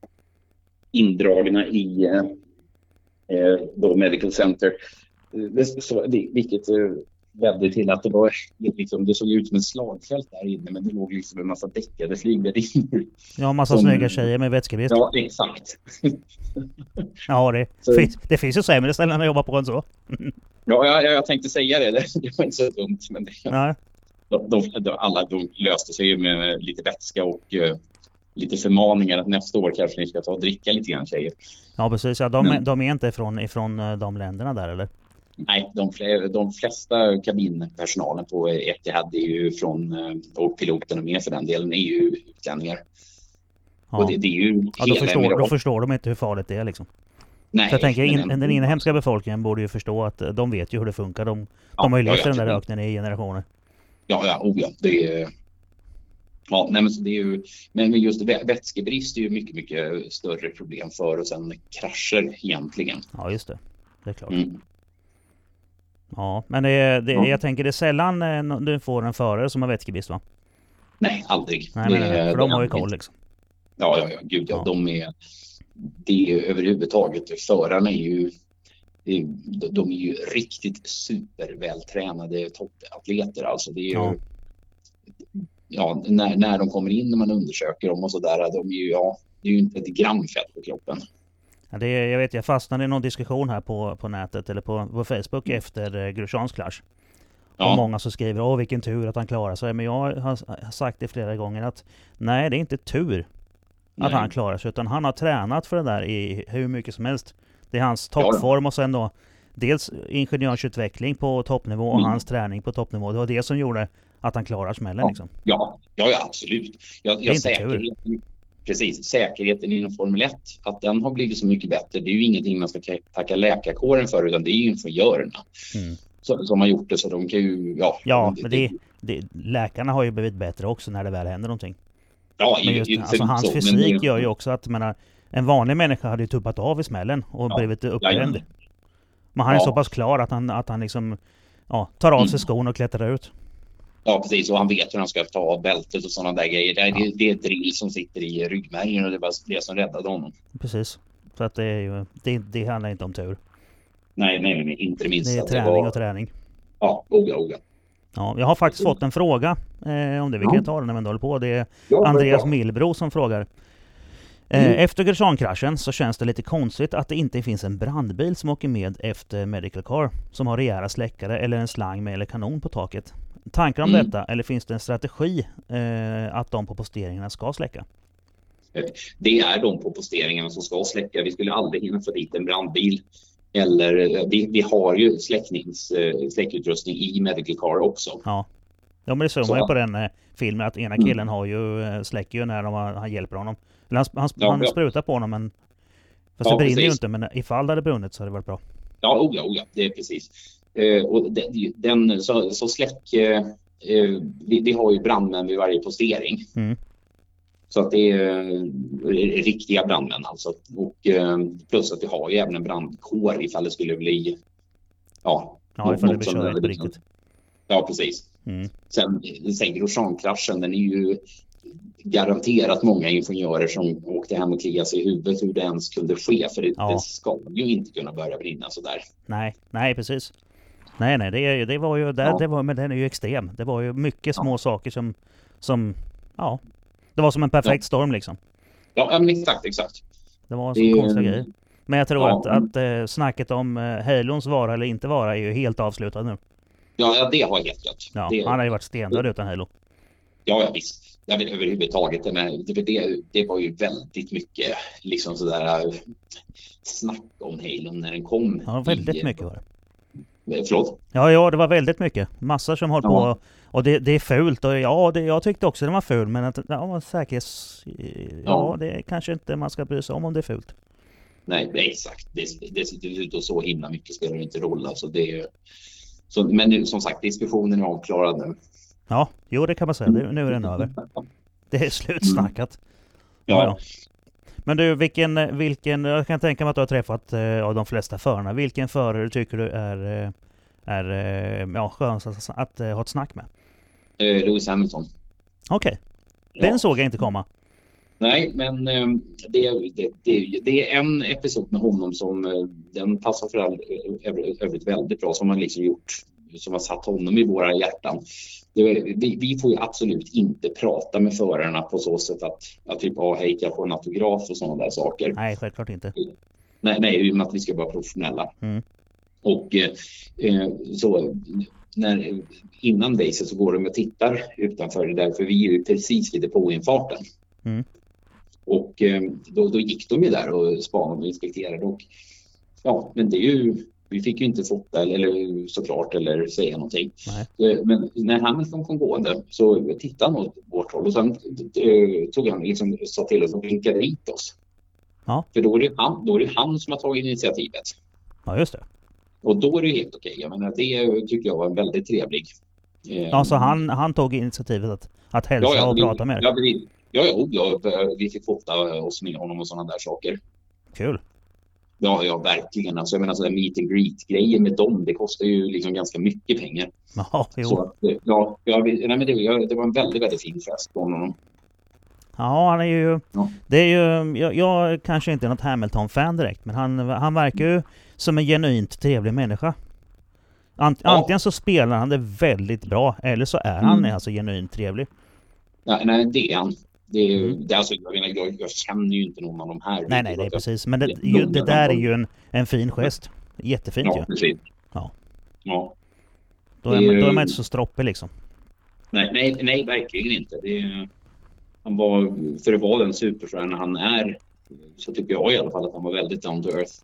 S1: indragna i eh, då Medical Center. Det, så, det, vilket eh, ledde till att det var liksom, det såg ut som en slagfält där inne, men det låg liksom en massa däckade flygvärdinnor.
S2: Ja, en massa som, snygga tjejer med vätskebrist.
S1: Ja, exakt.
S2: Ja, det, så, finns, det finns ju sämre ställen att jobba på än så.
S1: Ja, jag, jag tänkte säga det. Det var inte så dumt, men det,
S2: nej.
S1: De, de, de, alla de löste sig med lite vätska och uh, lite förmaningar att nästa år kanske ni ska ta och dricka lite grann, tjejer.
S2: Ja, precis. Ja, de, Men, de är inte ifrån, ifrån de länderna där, eller?
S1: Nej, de, de flesta kabinpersonalen på Etihad är ju från, och piloterna med för den delen, är ju utlänningar.
S2: Ja.
S1: Och det, det är ju
S2: ja, då, förstår, då förstår de inte hur farligt det är liksom.
S1: Nej,
S2: så jag tänker, in,
S1: men,
S2: den inhemska befolkningen borde ju förstå att de vet ju hur det funkar. De, ja, de har ju levt ja, den där öknen i generationer.
S1: Ja, ja, oh ja, det är... Ja, nej, men så det är ju... Men just vätskebrist är ju mycket, mycket större problem för oss än krascher egentligen.
S2: Ja, just det. Det är klart. Mm. Ja, men det, det, ja. jag tänker det är sällan du får en förare som har vätskebrist, va?
S1: Nej, aldrig.
S2: Nej, men, det, för de har ju koll liksom.
S1: Ja, ja, ja, gud ja, ja. De är... Det är överhuvudtaget, förarna är ju... De är ju riktigt supervältränade toppatleter. Alltså det är ju, ja. Ja, när, när de kommer in och man undersöker dem och sådär, de är ju, ja, det är ju inte ett gram fett på kroppen.
S2: Ja, det är, jag vet, jag fastnade i någon diskussion här på, på nätet eller på, på Facebook efter eh, Grosjeans clash. Ja. Och många som skriver, åh vilken tur att han klarar sig. Men jag har sagt det flera gånger att nej, det är inte tur att nej. han klarar sig, utan han har tränat för det där i hur mycket som helst. Det är hans toppform och sen då dels ingenjörsutveckling på toppnivå och mm. hans träning på toppnivå. Det var det som gjorde att han klarar smällen
S1: ja.
S2: liksom.
S1: Ja, ja, ja absolut. Jag, jag säkerheten, precis, säkerheten inom Formel ett, att den har blivit så mycket bättre. Det är ju ingenting man ska tacka läkarkåren för, utan det är ju ingenjörerna mm. som, som har gjort det, så de kan ju... Ja,
S2: ja men det, det, läkarna har ju blivit bättre också när det väl händer någonting.
S1: Ja,
S2: men just,
S1: i,
S2: alltså, hans
S1: så,
S2: fysik gör ju också att menar, en vanlig människa hade ju tuppat av i smällen och ja, blivit uppbränd. Men han är ja. så pass klar att han, att han liksom ja, tar av sig skon och klättrar ut.
S1: Ja, precis. Och han vet hur han ska ta av bältet och sådana där grejer. Det är, ja. det är ett drill som sitter i ryggmärgen och det var det som räddade honom.
S2: Precis. Så att det, är ju, det, det handlar inte om tur.
S1: Nej, nej, nej, inte minst.
S2: Det är träning det var... och träning.
S1: Ja, oga, oga.
S2: Ja, jag har faktiskt fått en fråga eh, om det. Vi kan ja. ta den när vi håller på. Det är ja, Andreas det är Milbro som frågar. Mm. Efter Grosjean-kraschen så känns det lite konstigt att det inte finns en brandbil som åker med efter Medical Car som har rejäla släckare eller en slang med eller kanon på taket. tankar om
S1: Mm.
S2: detta, eller finns det en strategi eh, att de på posteringarna ska släcka?
S1: Det är de på posteringarna som ska släcka. Vi skulle aldrig hinna få dit en brandbil. Eller vi, vi har ju släcknings, släckutrustning i Medical Car också.
S2: Ja, ja men det såg
S1: Så
S2: man ju
S1: att-
S2: på den eh, filmen att ena killen har ju eh, släcker ju när de, har- han hjälper honom. Eller han, han,
S1: Ja,
S2: han
S1: ja.
S2: sprutar på honom, men fast
S1: Ja,
S2: det brinner ju
S1: precis.
S2: inte, men ifall det hade brunnit så hade det varit bra.
S1: Ja, oh ja, oh ja, det är precis. Eh, och den, den, så, så släck... Eh, eh, vi, vi har ju brandmän vid varje postering.
S2: Mm.
S1: Så att det är eh, riktiga brandmän alltså. Och eh, plus att vi har ju även en brandkår ifall det skulle bli... Ja,
S2: Ja, ifall det
S1: något
S2: blir
S1: som
S2: körigt
S1: är
S2: på
S1: liksom-
S2: riktigt.
S1: Ja, precis.
S2: Mm.
S1: Sen, sen Grosjean-kraschen, den är ju garanterat många ingenjörer som åkte hem och kliade sig i huvudet hur det ens kunde ske. För det,
S2: Ja.
S1: det ska ju inte kunna börja brinna sådär.
S2: Nej, nej precis. Nej, nej, det, det var ju där,
S1: Ja.
S2: det var, men den är ju extrem. Det var ju mycket små saker som, som, ja, det var som en perfekt
S1: Ja.
S2: storm liksom.
S1: Ja, ja, men exakt, exakt.
S2: Det var en
S1: Det-
S2: sån konstig grej. Men jag tror
S1: Ja.
S2: att, att eh, snacket om eh, Halons vara eller inte vara är ju helt avslutat nu.
S1: Ja, ja, det har helt rätt.
S2: Ja,
S1: det,
S2: han har ju varit stendöd utan Halo.
S1: ja, ja, visst. Jag vet överhuvudtaget. Men det, det, det var ju väldigt mycket liksom sådär äh, snack om Halo när den kom.
S2: Ja, väldigt
S1: i,
S2: mycket var det.
S1: Förlåt?
S2: Ja, ja, det var väldigt mycket. Massor som höll
S1: Ja.
S2: på. Och det, det är fult. Och ja, det, jag tyckte också den var ful. Men att, ja, säkerhets... Ja,
S1: Ja.
S2: det kanske inte man ska bry sig om om det är fult.
S1: Nej, det är exakt. Det, det sitter ut och så himla mycket spelar det inte roll. Alltså det, så, men nu, som sagt, diskussionen är avklarad nu.
S2: Ja, jo det kan man säga. Det, nu är den över. Det är slutsnackat. Ja, ja. Men du, vilken, vilken... Jag kan tänka mig att du har träffat eh, av de flesta förarna. Vilken förare tycker du är, eh, är eh, ja, skönast att, att eh, ha ett snack med?
S1: Eh, Lewis Hamilton.
S2: Okej. Den
S1: Ja.
S2: såg jag inte komma.
S1: Nej, men eh, det, det, det, det är en episod med honom som eh, den passar för all, övrigt, övrigt väldigt bra, som har liksom gjort, som har satt honom i våra hjärtan. Det, vi, vi får ju absolut inte prata med förarna på så sätt att, att typ, ah, hej, kan jag få en autograf och sådana där saker.
S2: Nej, självklart inte.
S1: Nej, nej, i och med att vi ska vara professionella.
S2: Mm.
S1: Och eh, så när, innan racet så går de och tittar utanför det där, för vi är ju precis vid depåinfarten.
S2: Mm.
S1: Och eh, då, då gick de ju där och spanade och inspekterade. Och, ja, men det är ju, vi fick ju inte fota eller, eller såklart eller säga någonting.
S2: Nej.
S1: Eh, Men när Hamilton kom gående så tittade han åt vårt håll och sen eh, tog han liksom, sa till oss och vinkade hit oss.
S2: Ja.
S1: För då är, det han, då är det han som har tagit initiativet.
S2: Ja, just det.
S1: Och då är det helt okej. Jag menar, det tycker jag var en väldigt trevlig. Eh,
S2: Ja, så han, han tog initiativet att, att hälsa och
S1: vi,
S2: prata med dig.
S1: ja, vi, ja, ja, ja, vi fick fota oss med honom och sådana där saker.
S2: Kul.
S1: Ja, ja, verkligen. Alltså, jag menar, sådär meet and greet-grejer med dem, det kostar ju liksom ganska mycket pengar.
S2: Ja, jo.
S1: Så att, ja, ja, vi, nej, men det, ja, det var en väldigt, väldigt fin fest från honom.
S2: Ja, han är ju...
S1: Ja.
S2: Det är ju jag, jag kanske inte är något Hamilton-fan direkt, men han, han verkar ju som en genuint trevlig människa. Ant,
S1: Ja.
S2: Antingen så spelar han det väldigt bra, eller så är han
S1: Mm.
S2: alltså genuint trevlig.
S1: Nej, nej, det är han. Det är,
S2: Mm.
S1: det är alltså, jag, menar, jag, jag känner ju inte någon av de här.
S2: Nej, nej, det är precis. Men det,
S1: det-
S2: ju, det där är ju en, en fin gest. Jättefint
S1: Ja,
S2: ju.
S1: precis.
S2: Ja.
S1: Ja.
S2: Då är, man, då är man inte så stroppig liksom.
S1: Nej, nej, nej, verkligen inte. Det är, han var, för att vara den superstjärna han är, så tycker jag i alla fall att han var väldigt down to earth.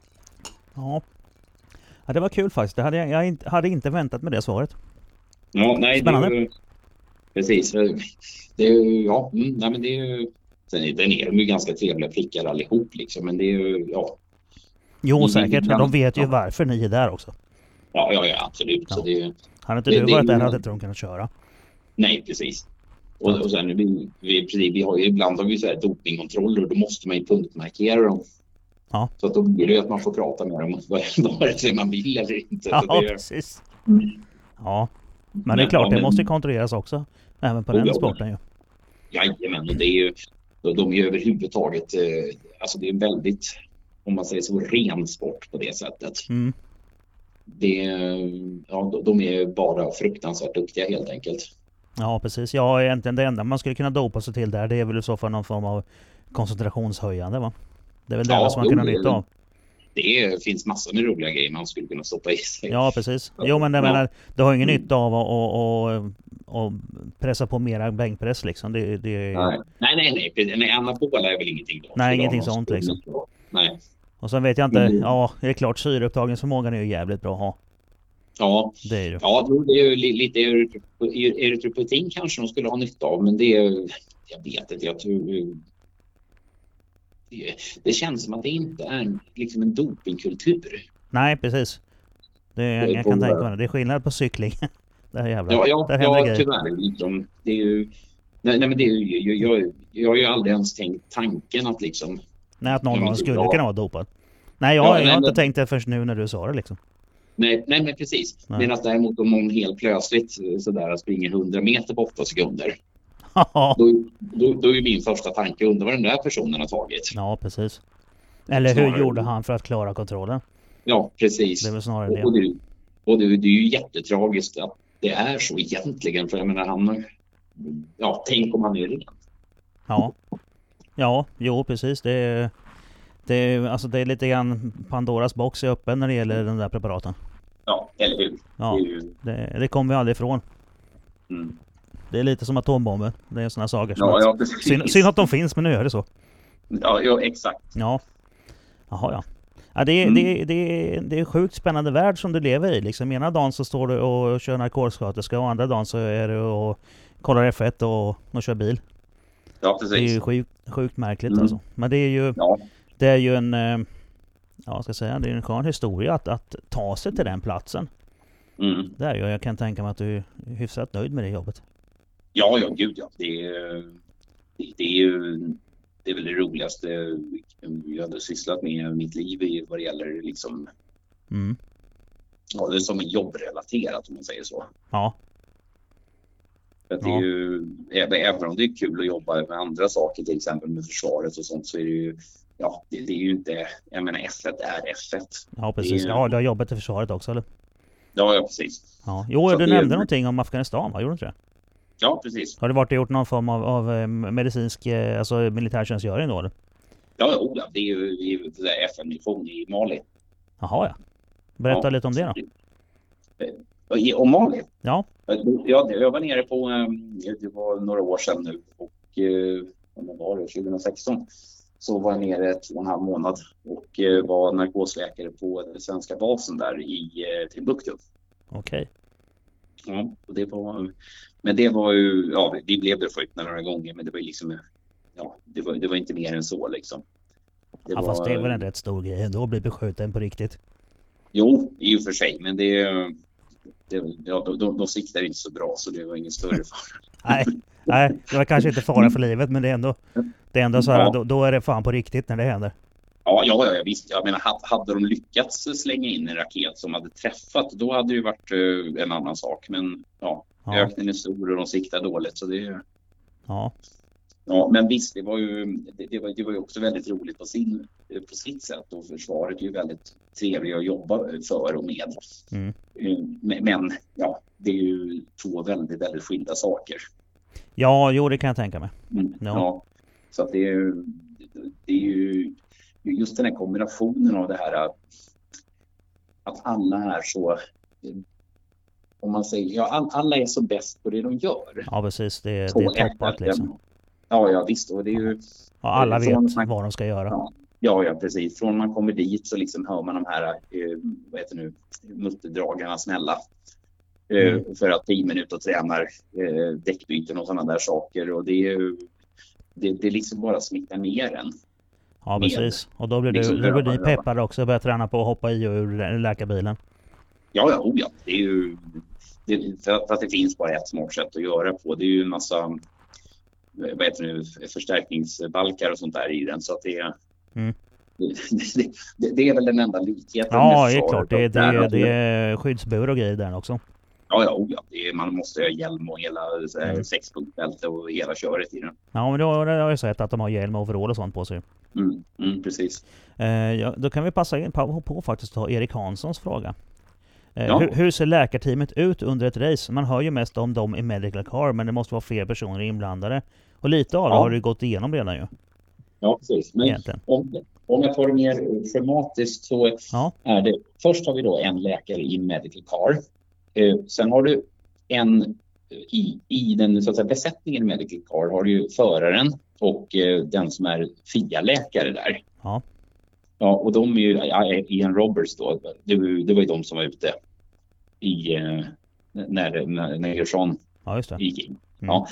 S2: Ja. Ja, det var kul faktiskt. Det hade jag, jag inte, hade inte väntat med det svaret.
S1: Ja, nej,
S2: Spännande.
S1: det är ju, precis. Det är ju, ja, mm, nej, men det är ju, sen är, den är de ju ganska trevliga prickar allihop liksom, men det är ju, ja.
S2: Jo,
S1: Mm,
S2: säkert.
S1: ja.
S2: De vet ju
S1: Ja.
S2: varför ni är där också.
S1: Ja, ja, ja, absolut.
S2: Ja.
S1: Så det är ju,
S2: Hade inte
S1: Det-
S2: du
S1: det är
S2: varit där
S1: ju-
S2: hade inte de kunnat köra.
S1: nej, precis. Och, och sen, vi, vi, precis, vi har ju ibland har vi så här dopingkontroller och då måste man ju punktmarkera dem.
S2: Ja.
S1: Så att då blir det ju att man får prata med dem vare sig man vill eller inte.
S2: Ja,
S1: Så det,
S2: precis.
S1: Mm.
S2: Ja, men det är klart,
S1: ja,
S2: det
S1: men-
S2: måste ju kontrolleras också. Även på
S1: Oh,
S2: den
S1: ja.
S2: sporten ju.
S1: Jajamän, och det är ju, de är ju överhuvudtaget, eh, alltså det är en väldigt, om man säger så, ren sport på det sättet.
S2: Mm.
S1: Det, ja, de- de är bara fruktansvärt duktiga helt enkelt.
S2: Ja, precis. Ja, egentligen det enda man skulle kunna dopa sig till där, det är väl i så fall någon form av koncentrationshöjande, va? Det är väl det
S1: Ja,
S2: enda som man
S1: jo,
S2: kan ha
S1: det är
S2: nytta
S1: det.
S2: av.
S1: det är, finns massor med roliga grejer man skulle kunna stoppa i sig.
S2: Ja, precis. Jo, men det, ja. menar, det har ingen mm. nytta av att och, och, och pressa på mera bänkpress liksom. Det, det...
S1: Nej, nej, nej. nej. nej anabola är väl ingenting då.
S2: Nej, ingenting sånt liksom.
S1: Nej.
S2: Och sen vet jag inte, mm. ja, det är klart syreupptagningsförmågan är ju jävligt bra att ha.
S1: Ja,
S2: det är, det.
S1: Ja, det är ju lite erytropoetin kanske de skulle ha nytta av, men det är, jag vet inte, jag tror det, det känns som att det inte är liksom en dopingkultur.
S2: Nej, precis. Det är, jag kan tänka mig det. Det är skillnad på cykling. Det här jävla.
S1: Ja, ja,
S2: det
S1: ja tyvärr. Liksom, det är ju, nej, nej, men det är ju, jag, jag, jag har ju aldrig ens tänkt tanken att liksom...
S2: Nej, att någon skulle bra. kunna vara dopad. Nej, jag, ja, jag nej, har inte men... tänkt det först nu när du sa det liksom.
S1: Nej, nej men precis. Nej. Men att däremot om någon helt plötsligt sådär springer hundra meter på åtta sekunder. då, då, då är ju min första tanke, undrar vad den där personen har tagit.
S2: Ja, precis. Eller snarare. Hur gjorde han för att klara kontrollen?
S1: Ja, precis.
S2: Det är väl snarare det.
S1: Och, det, och det, det är ju jättetragiskt att det är så egentligen. För jag menar, han... Ja, tänk om han är ren.
S2: Ja. Ja, jo, precis. Det är... Det är, alltså det är lite grann Pandoras box är öppen när det gäller den där preparaten.
S1: Ja, eller hur?
S2: Ja, det, det kommer vi aldrig ifrån.
S1: Mm.
S2: Det är lite som atombomben. Det är sådana saker.
S1: Ja, ja,
S2: synd, synd att de finns, men nu är det så.
S1: Ja, ja exakt.
S2: Ja. Jaha, ja. Ja, det, är, mm. det, är, det, är, det är en sjukt spännande värld som du lever i. Liksom. Ena dagen så står du och kör narkossköterska och andra dagen så är du och kollar F ett och, och kör bil.
S1: Ja, precis.
S2: Det är ju sjukt, sjukt märkligt
S1: mm.
S2: alltså. Men det är ju...
S1: Ja.
S2: Det är ju en, ja, ska jag säga, det är en skön historia att, att ta sig till den platsen.
S1: Mm.
S2: Det är ju, jag kan tänka mig att du är hyfsat nöjd med det jobbet.
S1: Ja, ja, gud ja. Det är, det, det är ju det är väl det roligaste jag hade sysslat med i mitt liv i vad det gäller liksom,
S2: mm.
S1: ja, det är som en jobbrelaterat om man säger så.
S2: Ja.
S1: För att det är ju, även om det är kul att jobba med andra saker, till exempel med försvaret och sånt, så är det ju, ja, det, det är ju inte, jag menar F ett är F ett.
S2: Ja, precis. Är, ja, du har jobbat i försvaret också, eller?
S1: Ja, ja, precis.
S2: Ja. Jo, så du nämnde är... någonting om Afghanistan, va? Gjorde du inte det?
S1: Ja, precis.
S2: Har du varit och gjort någon form av, av medicinsk, alltså militärtjänstgöring då, eller?
S1: Ja, oh, ja, det är ju, ju F N-mission i Mali.
S2: Jaha, ja. Berätta ja, lite om det då.
S1: I, om Mali?
S2: Ja.
S1: Ja, jag var nere på, det var några år sedan nu, och vad var det, tjugo sexton så var jag nere två och en halv månad och var narkosläkare på den svenska basen där i Timbuktu.
S2: Okej.
S1: Okay. Ja, och det var, men det var ju, ja, vi blev beskjutna några gånger, men det var liksom, ja, det var, det var inte mer än så liksom.
S2: Det ja, var, fast det är väl en rätt stor grej då att bli beskjuten på riktigt.
S1: Jo, i och för sig, men det Det, ja, de, de siktar inte så bra, så det var ingen större fara.
S2: nej, nej, det var kanske inte fara för livet, men det är ändå, det är ändå så här, ja. då, då är det fan på riktigt när det händer.
S1: Ja, ja, ja visst. Jag menar, hade de lyckats slänga in en raket som hade träffat, då hade det ju varit uh, en annan sak. Men ja, ja. Ökningen är stor och de siktar dåligt, så det...
S2: Ja.
S1: Ja, men visst, det var ju, det, det var, det var ju också väldigt roligt på, sin, på sitt sätt, och försvaret är ju väldigt trevligt att jobba för och med.
S2: Mm.
S1: Men ja, det är ju två väldigt, väldigt skilda saker.
S2: Ja, jo, det kan jag tänka mig.
S1: Mm, ja. ja, så att det är, ju, det är ju just den här kombinationen av det här att alla är så, om man säger, ja, alla är så bäst på det de gör.
S2: Ja, precis, det, det är toppat liksom.
S1: Ja, ja, visst. Och det är ju,
S2: ja, alla vet man, vad de ska göra.
S1: Ja, ja, ja, precis. Från man kommer dit så liksom hör man de här, eh, vad heter nu, mutterdragarna snälla. Eh, mm. För att teamen ut och tränar eh, däckbyten och sådana där saker. Och det är ju, det, det liksom bara smittar ner en.
S2: Ja, precis. Och då blir du, liksom, då blir du peppad också och börjar träna på att hoppa i och ur läkarbilen.
S1: Ja, ja, oh ja. Det är ju, det, för att det finns bara ett smart sätt att göra på. Det är ju en massa... vad heter det nu, förstärkningsbalkar och sånt där i den, så att det är
S2: mm.
S1: det, det, det är väl den enda likheten.
S2: Ja, det är klart, det, det, det, det är skyddsbur och grejer där också.
S1: Ja, ja, oh ja. Det är, man måste ha hjälm och hela mm. sexpunktbälte och hela köret i den.
S2: Ja, men då har jag sett att de har hjälm och overall och sånt på sig.
S1: Mm, mm, precis.
S2: Eh, ja, då kan vi passa in på, på faktiskt ta Erik Hanssons fråga. Ja. Hur, hur ser läkarteamet ut under ett race? Man hör ju mest om dem i medical car, men det måste vara fler personer inblandade. Och lite av det ja. har du gått igenom redan ju.
S1: Ja, precis. Men om, Om jag tar det mer schematiskt så ja. är det, först har vi då en läkare i medical car. Eh, sen har du en i, i den så att säga, besättningen i medical car har du ju föraren och eh, den som är F I A-läkare där.
S2: Ja.
S1: Ja, och de är ju, ja, Ian Roberts då, det, det var ju de som var ute i, eh, när, när, när Gerson
S2: ja, just det.
S1: gick in.
S2: Mm.
S1: Ja.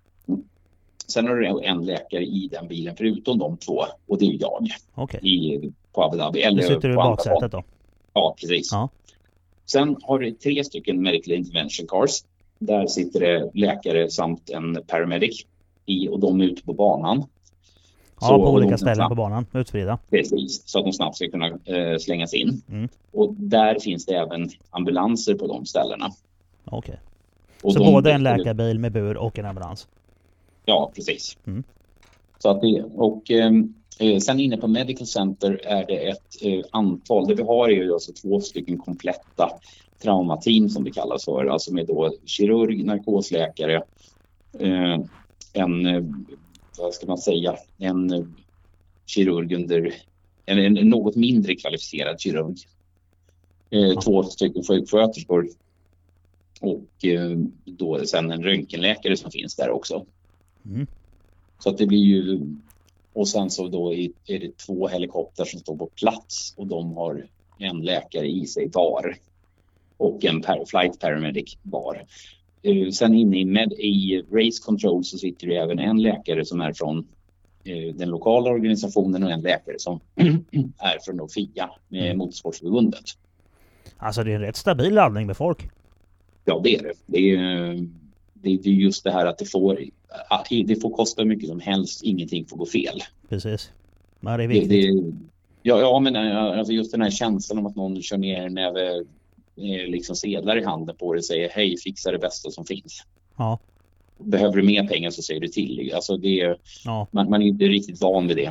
S1: Sen har du en läkare i den bilen förutom de två, och det är jag.
S2: Okay.
S1: I, på Abu Dhabi. Eller
S2: du sitter du i baksätet då?
S1: Ja, precis. Ja. Sen har du tre stycken medical intervention cars. Där sitter det läkare samt en paramedic i, och de är ute på banan.
S2: Ja, så, på olika ställen snabbt, på banan, utspridda.
S1: Precis, så att de snabbt ska kunna eh, slängas in.
S2: Mm.
S1: Och där finns det även ambulanser på de ställena.
S2: Okej. Okay. Så de, både en läkarbil med bur och en ambulans?
S1: Ja, precis.
S2: Mm.
S1: Så att det, och eh, sen inne på Medical Center är det ett eh, antal, det vi har är ju alltså två stycken kompletta traumateam som det kallas för, alltså med då kirurg, narkosläkare, eh, en, eh, vad ska man säga, en eh, kirurg under, en, en något mindre kvalificerad kirurg, eh, ja. två stycken sjuksköterskor och eh, då sen en röntgenläkare som finns där också.
S2: Mm.
S1: Så att det blir ju, och sen så då är det två helikoptrar som står på plats och de har en läkare i sig var och en par, flight paramedic var. Uh, sen inne i, med, i race control så sitter det även en läkare som är från uh, den lokala organisationen och en läkare som är från F I A med mm. Motorsportsförbundet.
S2: Alltså det är en rätt stabil laddning med folk.
S1: Ja, det är det. Det är, det är just det här att det får, det får kosta mycket som helst, ingenting får gå fel.
S2: Precis. Men det är viktigt.
S1: Det, det, ja, ja, men alltså just den här känslan om att någon kör ner näve liksom sedlar i handen på det och säger hej, fixa det bästa som finns.
S2: Ja.
S1: Behöver du mer pengar så säger du till. Alltså det är,
S2: ja.
S1: man, man är inte riktigt van vid det.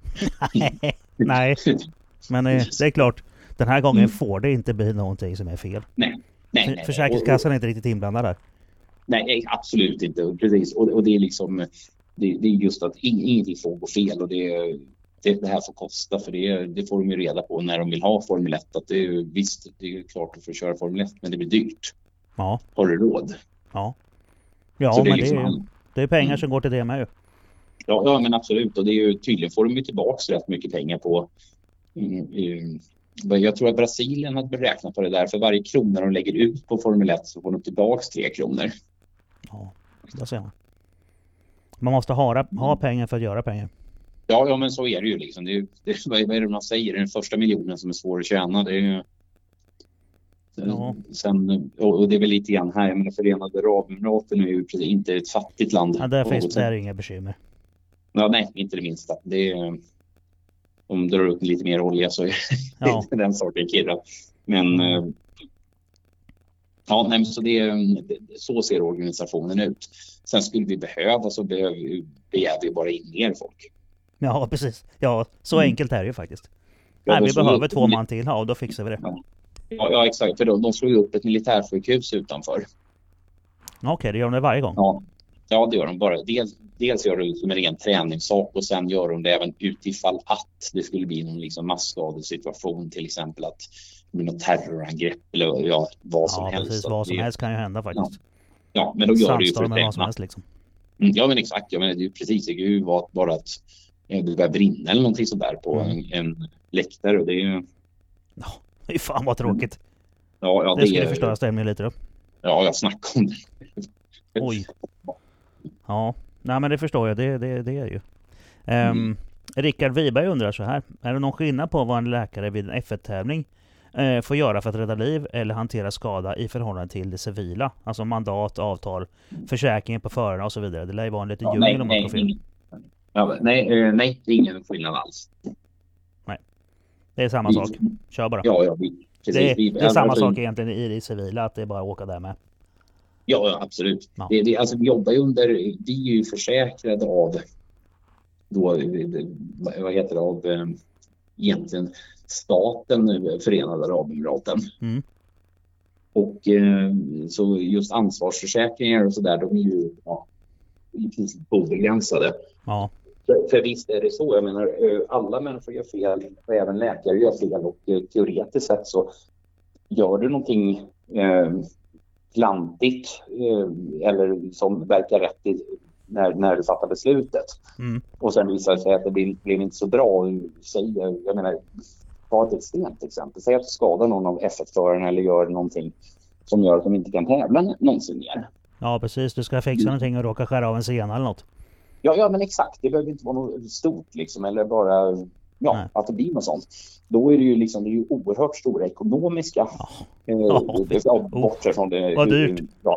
S2: Nej, men det är klart. Den här gången mm. får det inte bli någonting som är fel.
S1: Nej. Nej, nej,
S2: Försäkringskassan är inte riktigt inblandad där.
S1: Nej, absolut inte. Precis. Och, och det är liksom det, det är just att ing, ingenting får gå fel och det, det, det här får kosta, för det, det får de ju reda på när de vill ha Formel ett. Att det är, visst, det är klart att du får köra Formel ett, men det blir dyrt.
S2: Ja.
S1: Har du råd?
S2: Ja. Ja,
S1: så
S2: men det,
S1: liksom,
S2: är, liksom, det är pengar mm. som går till det med ju.
S1: Ja, ja, men absolut. Och det är ju, tydligen får de ju tillbaka rätt mycket pengar på. Mm, mm, jag tror att Brasilien hade beräknat på det där. För varje krona de lägger ut på Formel ett så får de tillbaka tre kronor.
S2: Ja, det ser man. Man måste ha, ha pengar för att göra pengar.
S1: Ja, ja, men så är det ju liksom. Det är, det, vad är det man säger? Den första miljonen som är svår att tjäna. Det är ju...
S2: Ja.
S1: Sen, och det är väl lite grann här, men Förenade Arabemiraten är ju inte ett fattigt land.
S2: Ja, där finns det inga bekymmer.
S1: Ja, nej, inte det minsta. Det är, om de drar upp lite mer olja så är ja. den sorten kirra. Men ja, nej, så det, så ser organisationen ut. Sen skulle vi behöva så behöver, begär vi bara in mer folk.
S2: Ja, precis. Ja, så mm. enkelt är det ju faktiskt. Ja, nej, vi behöver två man till, ja, och då fixar vi det.
S1: Ja. Ja, ja, exakt. För de, de slår ju upp ett militärsjukhus utanför.
S2: Okej, okay, det gör de det varje gång?
S1: Ja, ja det gör de bara. Dels, dels gör de det som en ren träningssak och sen gör de det även utifall att det skulle bli någon liksom massskadesituation, till exempel att det blir något terrorangrepp eller ja, vad som
S2: ja,
S1: helst.
S2: Precis, vad som det, helst kan ju hända faktiskt.
S1: Ja, ja men då gör det ju för
S2: vad som helst liksom.
S1: Mm, ja, men exakt. Ja, men det är ju precis. Det är ju bara att det börjar brinna eller någonting sådär på mm. en, en läktare och det är ju...
S2: Ja. Fy fan vad tråkigt.
S1: Ja, ja,
S2: det, det skulle förstöra stämningen lite då.
S1: Ja, jag snackar om det.
S2: Oj. Ja, nej men det förstår jag. Det, det, det är ju. Um, mm. Rickard Wiberg undrar så här. Är det någon skillnad på vad en läkare vid en F ett-tävling eh, får göra för att rädda liv eller hantera skada i förhållande till det civila? Alltså mandat, avtal, försäkringen på förarna och så vidare. Det lär ju vara en liten
S1: ja,
S2: djungel om man
S1: nej,
S2: får fel.
S1: Ja, nej, nej, det är ingen skillnad alls.
S2: Det är samma sak. Kör bara.
S1: Ja, ja, vi, precis.
S2: Det,
S1: vi,
S2: det är samma sak egentligen i det civila, att det är bara att åka där med.
S1: Ja, ja absolut.
S2: Ja.
S1: Det, det, alltså, vi jobbar ju under, vi är ju försäkrade av då, vad heter det, av eh, egentligen staten, Förenade Arabemiraten.
S2: Mm.
S1: Och eh, så just ansvarsförsäkringar och sådär, de är ju ja, i princip obegränsade.
S2: Ja.
S1: För, för visst är det så. Jag menar, alla människor gör fel och även läkare gör fel. Och teoretiskt sett så gör du någonting eh, klantigt eh, eller som verkar rätt i, när, när du fattar beslutet. Mm. Och sen visar det sig att det blir, blir inte så bra. Säg, jag menar, ta ett extremt exempel. Säg att du skadar någon av F ett-förarna eller gör någonting som gör att de inte kan tävla någonsin mer.
S2: Ja, precis. Du ska fixa mm. någonting och råka skära av en sena eller något.
S1: Ja, ja, men exakt. Det behöver inte vara något stort liksom, eller bara ja, Nej. att det blir något sånt. Då är det ju liksom det är ju oerhört stora ekonomiska
S2: ja.
S1: eh, oh, ja, bortsett från det.
S2: Vad dyrt.
S1: Ja.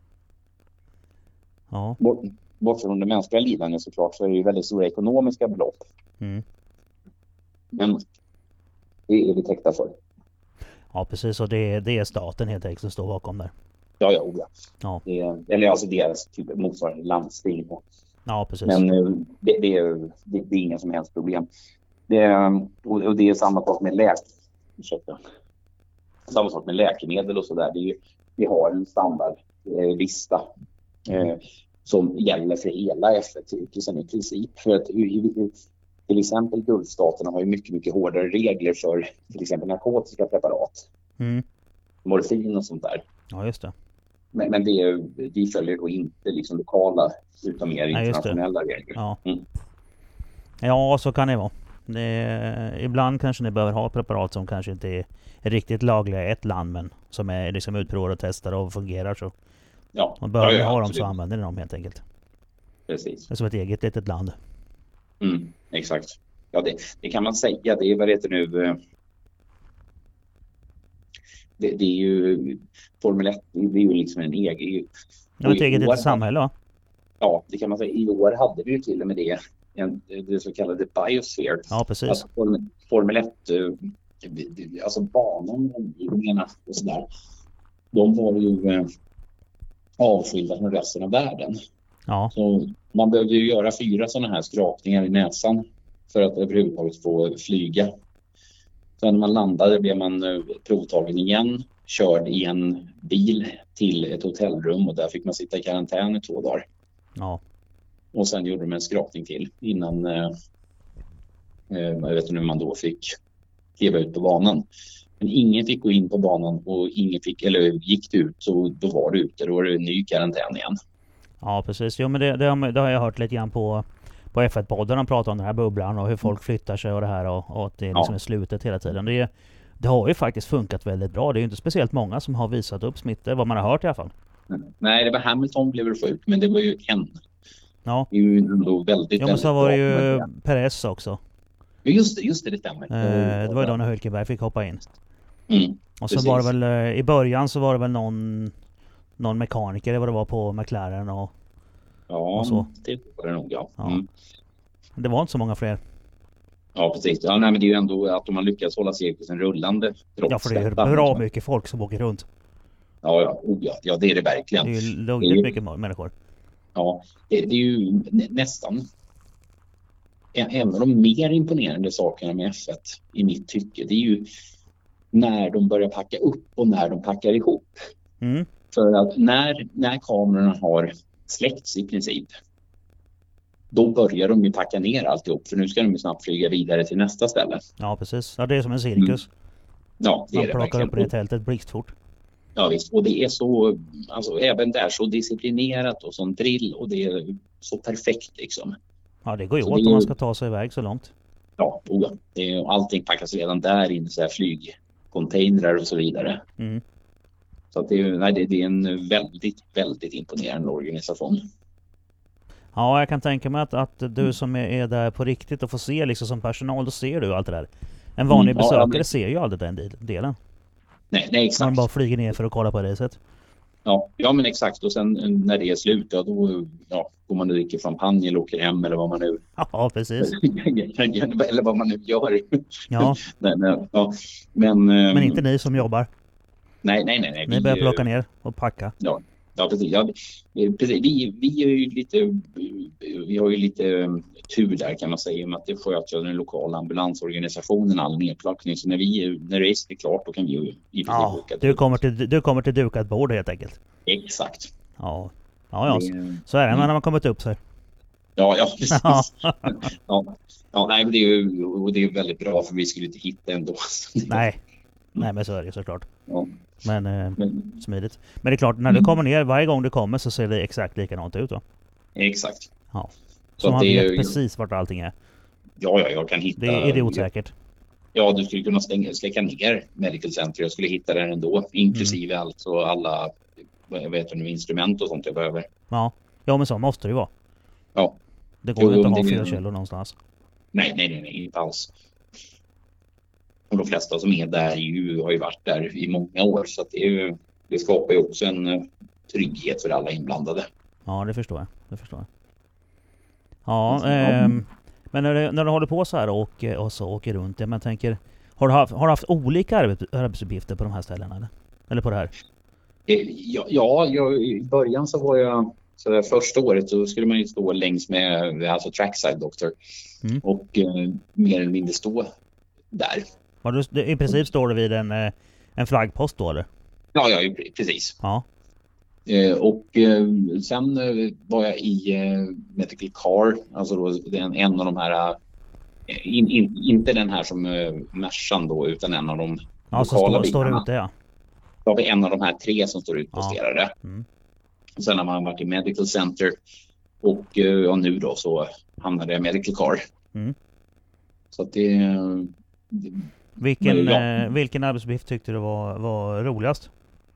S2: Ja.
S1: Bort, bortsett från det mänskliga lidandet såklart så är det ju väldigt stora ekonomiska belopp.
S2: Mm.
S1: Men det är vi täckta för.
S2: Ja, precis. Och det är, det är staten helt enkelt som står bakom där.
S1: Ja, ja, ja.
S2: ja.
S1: Det är, eller alltså deras typ motsvarande landsting. Och,
S2: ja, precis.
S1: men det, det, är, det, det är inga som helst problem. Det är, och det är samma sak med läk, ursäkta. Samma sak med läkemedel och sådär. Vi har en standardlista eh, eh, som gäller för hela F ett-cirkusen i princip. För att till exempel Gulfstaterna har ju mycket, mycket hårdare regler för till exempel narkotiska preparat.
S2: Mm.
S1: Morfin och sånt där.
S2: Ja, just det.
S1: Men, men det är, vi följer då inte liksom lokala utan mer internationella
S2: ja,
S1: regler.
S2: Ja. Mm. ja, så kan det vara. Det, ibland kanske ni behöver ha preparat som kanske inte är riktigt lagliga i ett land men som är liksom utprovade och testade och fungerar så.
S1: Ja.
S2: Man behöver
S1: ja, ja,
S2: ha
S1: absolut.
S2: dem så använder ni dem helt enkelt.
S1: Precis.
S2: Det är som ett eget litet land.
S1: Mm, exakt. Ja, det, det kan man säga. Det är vad det heter nu. Det, det är ju Formel ett, det är ju liksom en egen...
S2: Ja, ett eget litet samhälle va?
S1: Ja, det kan man säga. I år hade vi ju till och med det. En, det så kallade biosphere.
S2: Ja, precis.
S1: Alltså Formel ett, alltså banan, omgivningarna och sådär. De var ju eh, avskilda från resten av världen.
S2: Ja.
S1: Så man behövde ju göra fyra sådana här skrapningar i näsan för att överhuvudtaget få flyga. Sen när man landade blev man provtagen igen, körd i en bil till ett hotellrum och där fick man sitta i karantän i två dagar.
S2: Ja.
S1: Och sen gjorde de en skrapning till innan eh, jag vet inte hur man då fick kliva ut på banan. Men ingen fick gå in på banan och ingen fick, eller gick det ut så då var det ute, då var det en ny karantän igen.
S2: Ja, precis. Jo, men det, det, har, det har jag hört lite grann på, på F ett-podden. De pratar om den här bubblan och hur folk flyttar sig och det här och, och att det är liksom ja. slutet hela tiden. Det, det har ju faktiskt funkat väldigt bra. Det är ju inte speciellt många som har visat upp smittor, vad man har hört i alla fall.
S1: Nej, det var Hamilton blev sjuk, men det var ju en.
S2: Ja.
S1: Det är ju ändå väldigt,
S2: ja, men så var det ju Perez också.
S1: Just det, just det, det stämmer.
S2: Eh, det var ju då när Hülkenberg fick hoppa in.
S1: Mm,
S2: och så
S1: precis.
S2: var det väl, i början så var det väl någon, någon mekaniker, det var det var på McLaren och,
S1: ja,
S2: och så.
S1: Det var det nog, ja.
S2: ja.
S1: Mm.
S2: Det var inte så många fler.
S1: Ja, precis. Ja, nej, men det är ju ändå att de har lyckats hålla cirkusen rullande.
S2: Ja, för det är bra mycket folk som åker runt.
S1: Ja, ja, oh, ja, ja det är det verkligen.
S2: Det är ju lugnt mycket människor.
S1: Ja, det, det är ju nä, nästan en, en av de mer imponerande sakerna med F ett i mitt tycke. Det är ju när de börjar packa upp och när de packar ihop.
S2: Mm.
S1: För att när, när kamerorna har släckts i princip, då börjar de ju packa ner alltihop. För nu ska de ju snabbt flyga vidare till nästa ställe.
S2: Ja, precis. Ja, det är som en cirkus.
S1: Mm. Ja, det
S2: man
S1: är det
S2: plockar
S1: verkligen.
S2: upp det tältet blixtfort.
S1: Ja visst, och det är så, alltså även där så disciplinerat och som drill och det är så perfekt liksom.
S2: Ja, det går ju
S1: så
S2: åt
S1: är,
S2: om man ska ta sig iväg så långt.
S1: Ja, oh, det är, allting packas redan där inne, så här flygcontainrar och så vidare.
S2: Mm.
S1: Så att det, är, nej, det, det är en väldigt, väldigt imponerande organisation.
S2: Ja, jag kan tänka mig att, att du som är, är där på riktigt och får se liksom som personal, då ser du allt det där. En vanlig mm, besökare ja, men... ser ju aldrig den delen.
S1: Nej, nej, exakt.
S2: Man bara flyger ner för att kolla på racet.
S1: Ja, ja, men exakt. Och sen när det är slut, ja, då ja, går man och dricker champagne eller åker hem eller vad man nu...
S2: Ja, precis.
S1: eller vad man nu gör.
S2: Ja.
S1: nej, nej, ja. Men,
S2: men inte ni som jobbar.
S1: Nej, nej, nej. nej.
S2: Ni börjar plocka ner och packa.
S1: Ja, ja precis. Ja, precis. Vi, vi, är ju lite, vi har ju lite tur där kan man säga, med att det sköter den lokala ambulansorganisationen all nedplockning. Så när, vi, när det är klart, då kan vi ju...
S2: Ja, du kommer, till, du kommer till dukat bord helt enkelt.
S1: Exakt.
S2: Ja, ja, ja. Så är det mm. när man kommit upp sig.
S1: Ja, ja precis. ja. Ja, nej, men det är ju och det är väldigt bra för vi skulle inte hitta ändå.
S2: Nej, nej men så är det såklart.
S1: Ja.
S2: Men, eh,
S1: men
S2: smidigt. Men det är klart, när du kommer ner, varje gång du kommer så ser det exakt likadant ut då.
S1: Exakt.
S2: Ja. Så,
S1: så
S2: man
S1: det
S2: vet
S1: är,
S2: precis vart allting är.
S1: Ja, ja, jag kan hitta...
S2: Det är idiotsäkert.
S1: Ja, du skulle kunna stänga, släcka ner Medical Center. Jag skulle hitta den ändå, inklusive mm. alltså alla jag vet inte, instrument och sånt jag behöver.
S2: Ja, ja men så måste det ju vara.
S1: Ja.
S2: Det går jo, inte att ha fyra källor någonstans.
S1: Nej, nej, nej, nej, inte alls. Och de flesta som är där ju, har ju varit där i många år. Så att det, är ju, det skapar ju också en trygghet för alla inblandade.
S2: Ja, det förstår jag. Det förstår jag. Ja, eh, men när du, när du håller på så här och, och så åker runt, jag men tänker, har du haft, har du haft olika arbetsuppgifter på de här ställena? Eller, eller på det här?
S1: Ja, ja jag, i början så var jag, så där första året så skulle man ju stå längs med, alltså trackside doctor. Mm. Och eh, mer eller mindre stå där.
S2: Var du, i princip står du vid en, en flaggpost då eller?
S1: Ja, ja precis.
S2: Ja.
S1: Eh, och eh, sen eh, var jag i eh, Medical Car, alltså då den, en av de här, eh, in, in, inte den här som eh, Mercan då, utan en av de
S2: ja, lokala så står, står ute, ja.
S1: Då har vi en av de här tre som står utposterade. Ja. Mm. Sen har man varit i Medical Center och, och nu då så hamnade jag i Medical Car. Mm. Så att det, det
S2: vilken, ja. vilken arbetsuppgift tyckte du var, var roligast?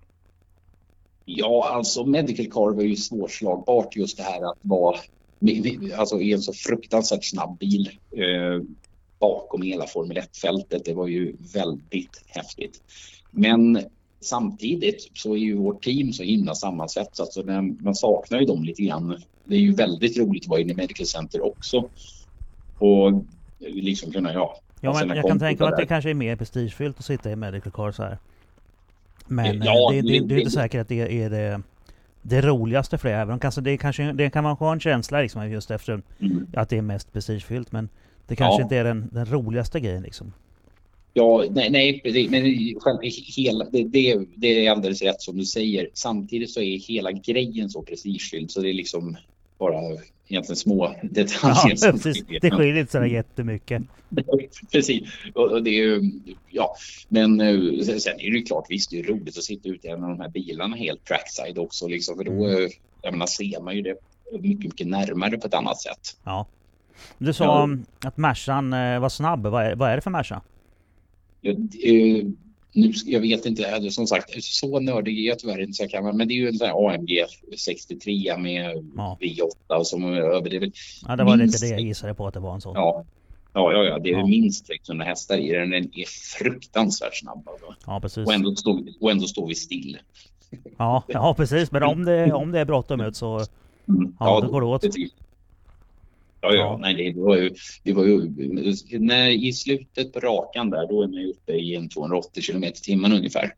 S1: Ja, alltså Medical Car var ju svårslagbart, just det här att vara alltså i en så fruktansvärt snabb bil eh, bakom hela Formel ett-fältet. Det var ju väldigt häftigt. Men samtidigt så är ju vårt team så himla sammansatt så alltså man saknar ju dem lite grann. Det är ju väldigt roligt att vara inne i Medical Center också. Och liksom kunna, ja.
S2: Ja, men jag kan tänka mig att det kanske är mer prestigefyllt att sitta i Medical Car så här. Men ja, det, det, det, det är inte säkert att det är det, det roligaste för det. Även kanske, det, kanske, det kan vara en känsla liksom, just efter mm. att det är mest prestigefyllt. Men det kanske ja. inte är den, den roligaste grejen liksom.
S1: Ja, nej, nej men hela, det, det, det är alldeles rätt som du säger. Samtidigt så är hela grejen så prestigefylld så det är liksom bara egentligen små detaljer.
S2: Ja, precis. Det skiljer inte så jättemycket.
S1: Precis. Och det är ju, ja, men sen är det ju klart, visst det är roligt att sitta ute i en av de här bilarna helt trackside också liksom, för då mm. jag menar, ser man ju det mycket, mycket närmare på ett annat sätt.
S2: Ja. Du sa ja. att Mercan var snabb. Vad är, vad är det för Mercan?
S1: Ja, det, nu, jag vet inte, som sagt, så nördig är jag tyvärr inte så jag kan, men det är ju en sån här A M G sextiotre med ja. V åtta och som överdrivet.
S2: Ja, det var minst, lite det jag gissade på att det var en sån.
S1: Ja, ja, ja, ja det är ja. minst sexhundra hästar i den. Den är fruktansvärt snabb. Alltså.
S2: Ja, precis.
S1: Och ändå, stå, och ändå står vi still.
S2: Ja, ja, precis. Men om det, om det är bråttom ut så mm. ja, ja, då går det åt.
S1: Precis. Ja, ja, nej, det var ju, det var ju när i slutet på rakan där, då är man uppe i en tvåhundraåttio kilometer i timmen ungefär.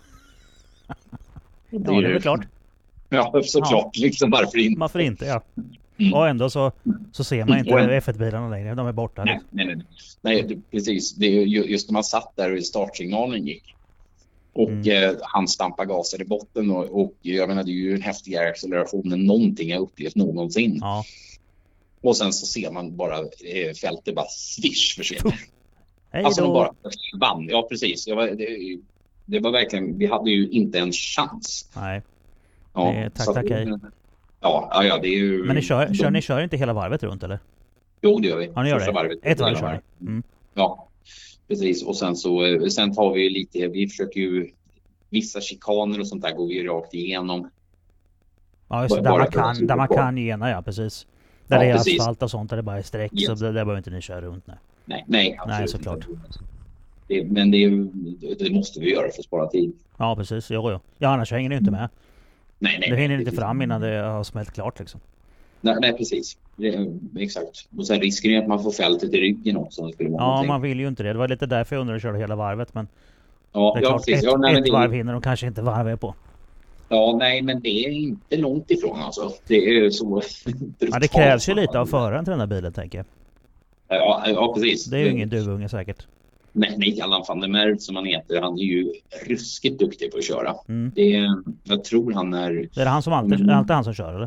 S2: Ja, det är väl klart.
S1: Ja, såklart. Ja. Liksom, varför inte?
S2: Varför inte, ja. Mm. Och ändå så, så ser man inte mm. F ett-bilarna längre, de är borta.
S1: Nej, nej, nej. nej precis. Det är just när man satt där och startsignalen gick. Och mm. eh, han stampade gasen i botten och, och jag menar, det är ju en häftigare acceleration än någonting jag upplevt någonsin.
S2: Ja.
S1: Och sen så ser man bara eh, fältet bara swish försvinner.
S2: Hej
S1: alltså
S2: då.
S1: de bara vann. Ja, precis. Jag var, det, det var verkligen, vi hade ju inte en chans.
S2: Nej.
S1: Ja,
S2: det är tack, tack, hej.
S1: Ja, ja, ja, det är ju...
S2: Men ni kör,
S1: de,
S2: kör, ni kör inte hela varvet runt, eller?
S1: Jo, det gör vi.
S2: Ja, ni gör
S1: Första
S2: det.
S1: Varvet,
S2: Ett varv kör ni. Mm.
S1: Ja, precis. Och sen så, sen tar vi lite, vi försöker ju, vissa chikaner och sånt där går vi ju rakt igenom.
S2: Ja, just det. Där man kan, där man kan gena, ja, precis. Där ja, det är precis. Asfalt och sånt, där det bara är streck, yes. Så det, där behöver inte ni köra runt. Nej,
S1: nej, nej,
S2: nej såklart.
S1: Det, men det, det måste vi göra för att spara tid.
S2: Ja, precis. Jo, jo. Ja, annars hänger ni inte med.
S1: Nej, nej.
S2: Du hinner inte fram innan det har smält klart liksom.
S1: Nej, nej precis. Det, exakt. Och sen risken är att man får fältet i ryggen också. Skulle man
S2: ja,
S1: någonting.
S2: Man vill ju inte det. Det var lite därför jag undrade att köra hela varvet. Men
S1: ja,
S2: det är
S1: ja,
S2: klart,
S1: precis.
S2: ett,
S1: ja, nej,
S2: ett
S1: det...
S2: varv hinner de kanske inte varva på.
S1: Ja, nej, men det är inte långt ifrån alltså. Det är så...
S2: ja, det krävs ju lite av föraren till den här bilen, tänker jag.
S1: Ja, ja precis.
S2: Det är ju ingen duvunge säkert.
S1: Nej, nej, Allan van der Merwe som han heter, han är ju ruskigt duktig på att köra.
S2: Mm.
S1: Det är, jag tror han är...
S2: Det är han som alltid, mm. alltid han som kör, eller?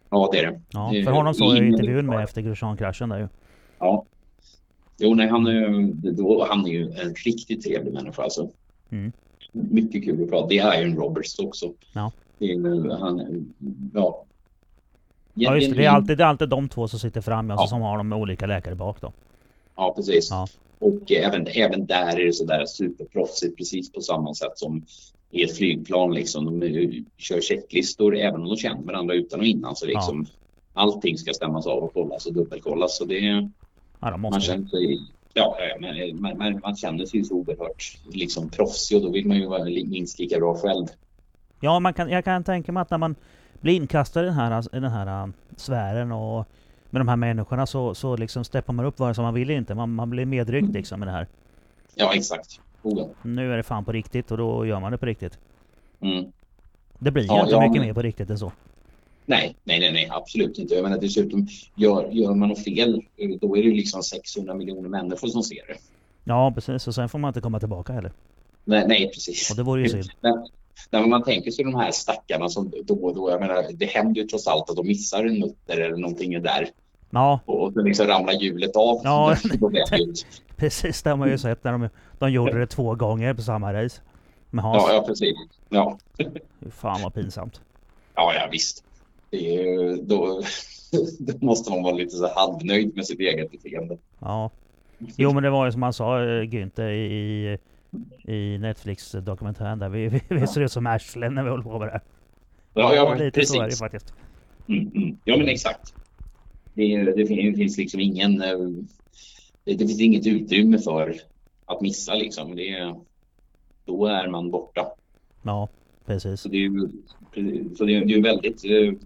S1: Ja, det är det.
S2: Ja,
S1: det
S2: för honom såg jag
S1: ingen...
S2: intervjun med efter Grosjean-kraschen där ju.
S1: Ja. Jo, nej, han är, då, han är ju en riktigt trevlig människa alltså.
S2: Mm.
S1: Mycket kul att prata. Det är Iron Roberts också.
S2: Ja.
S1: Det är, han, ja.
S2: Ja, just det. Det är alltid, det är alltid de två som sitter fram, alltså, ja. Som har de olika läkare bak då.
S1: Ja, precis.
S2: Ja.
S1: Och även, även där är det sådär superproffsigt, precis på samma sätt som i ett flygplan liksom. De kör checklistor även om de känner varandra utan och innan. Så liksom, ja. Allting ska stämmas av och kollas och dubbelkollas. Så det,
S2: ja, de måste
S1: man, känner sig, ja, man, man, man känner sig så oerhört liksom proffsig och då vill man ju vara minst lika bra själv.
S2: Ja, man kan, jag kan tänka mig att när man blir inkastad i den här, i den här sfären och med de här människorna så, så liksom steppar man upp vare som man vill inte. Man, man blir medryckt liksom med det här.
S1: Ja, exakt. Oh.
S2: Nu är det fan på riktigt och då gör man det på riktigt.
S1: Mm.
S2: Det blir ju
S1: ja,
S2: inte
S1: ja,
S2: mycket
S1: men...
S2: mer på riktigt än så.
S1: Nej, nej, nej, nej, absolut inte. Jag menar dessutom, gör, gör man något fel, då är det liksom sexhundra miljoner människor som ser det.
S2: Ja, precis. Och sen får man inte komma tillbaka heller.
S1: Nej, nej precis.
S2: Och det vore ju synd.
S1: När man tänker sig de här stackarna som då och då, jag menar, det händer ju trots allt att de missar en mutter eller någonting där.
S2: Ja.
S1: Och så liksom ramlar hjulet av.
S2: Ja, precis. Det har man ju sett när de, de gjorde det två gånger på samma race. Med Haas.
S1: Ja, ja, precis. Ja.
S2: Fan vad pinsamt.
S1: Ja, ja, visst. Det är, då, då måste man vara lite så halvnöjd med sitt eget beteende.
S2: Ja. Jo, men det var ju som han sa, Günther, i, i Netflix-dokumentären där. Vi, vi, vi ser ut som Ashley när vi håller på med det här.
S1: Ja, ja,
S2: lite
S1: precis.
S2: Så är det faktiskt.
S1: Mm, mm. Ja, men exakt. Det, det, det finns liksom ingen... Det, det finns inget utrymme för att missa liksom. Det, då är man borta.
S2: Ja, precis.
S1: Så det är ju så det är, det är väldigt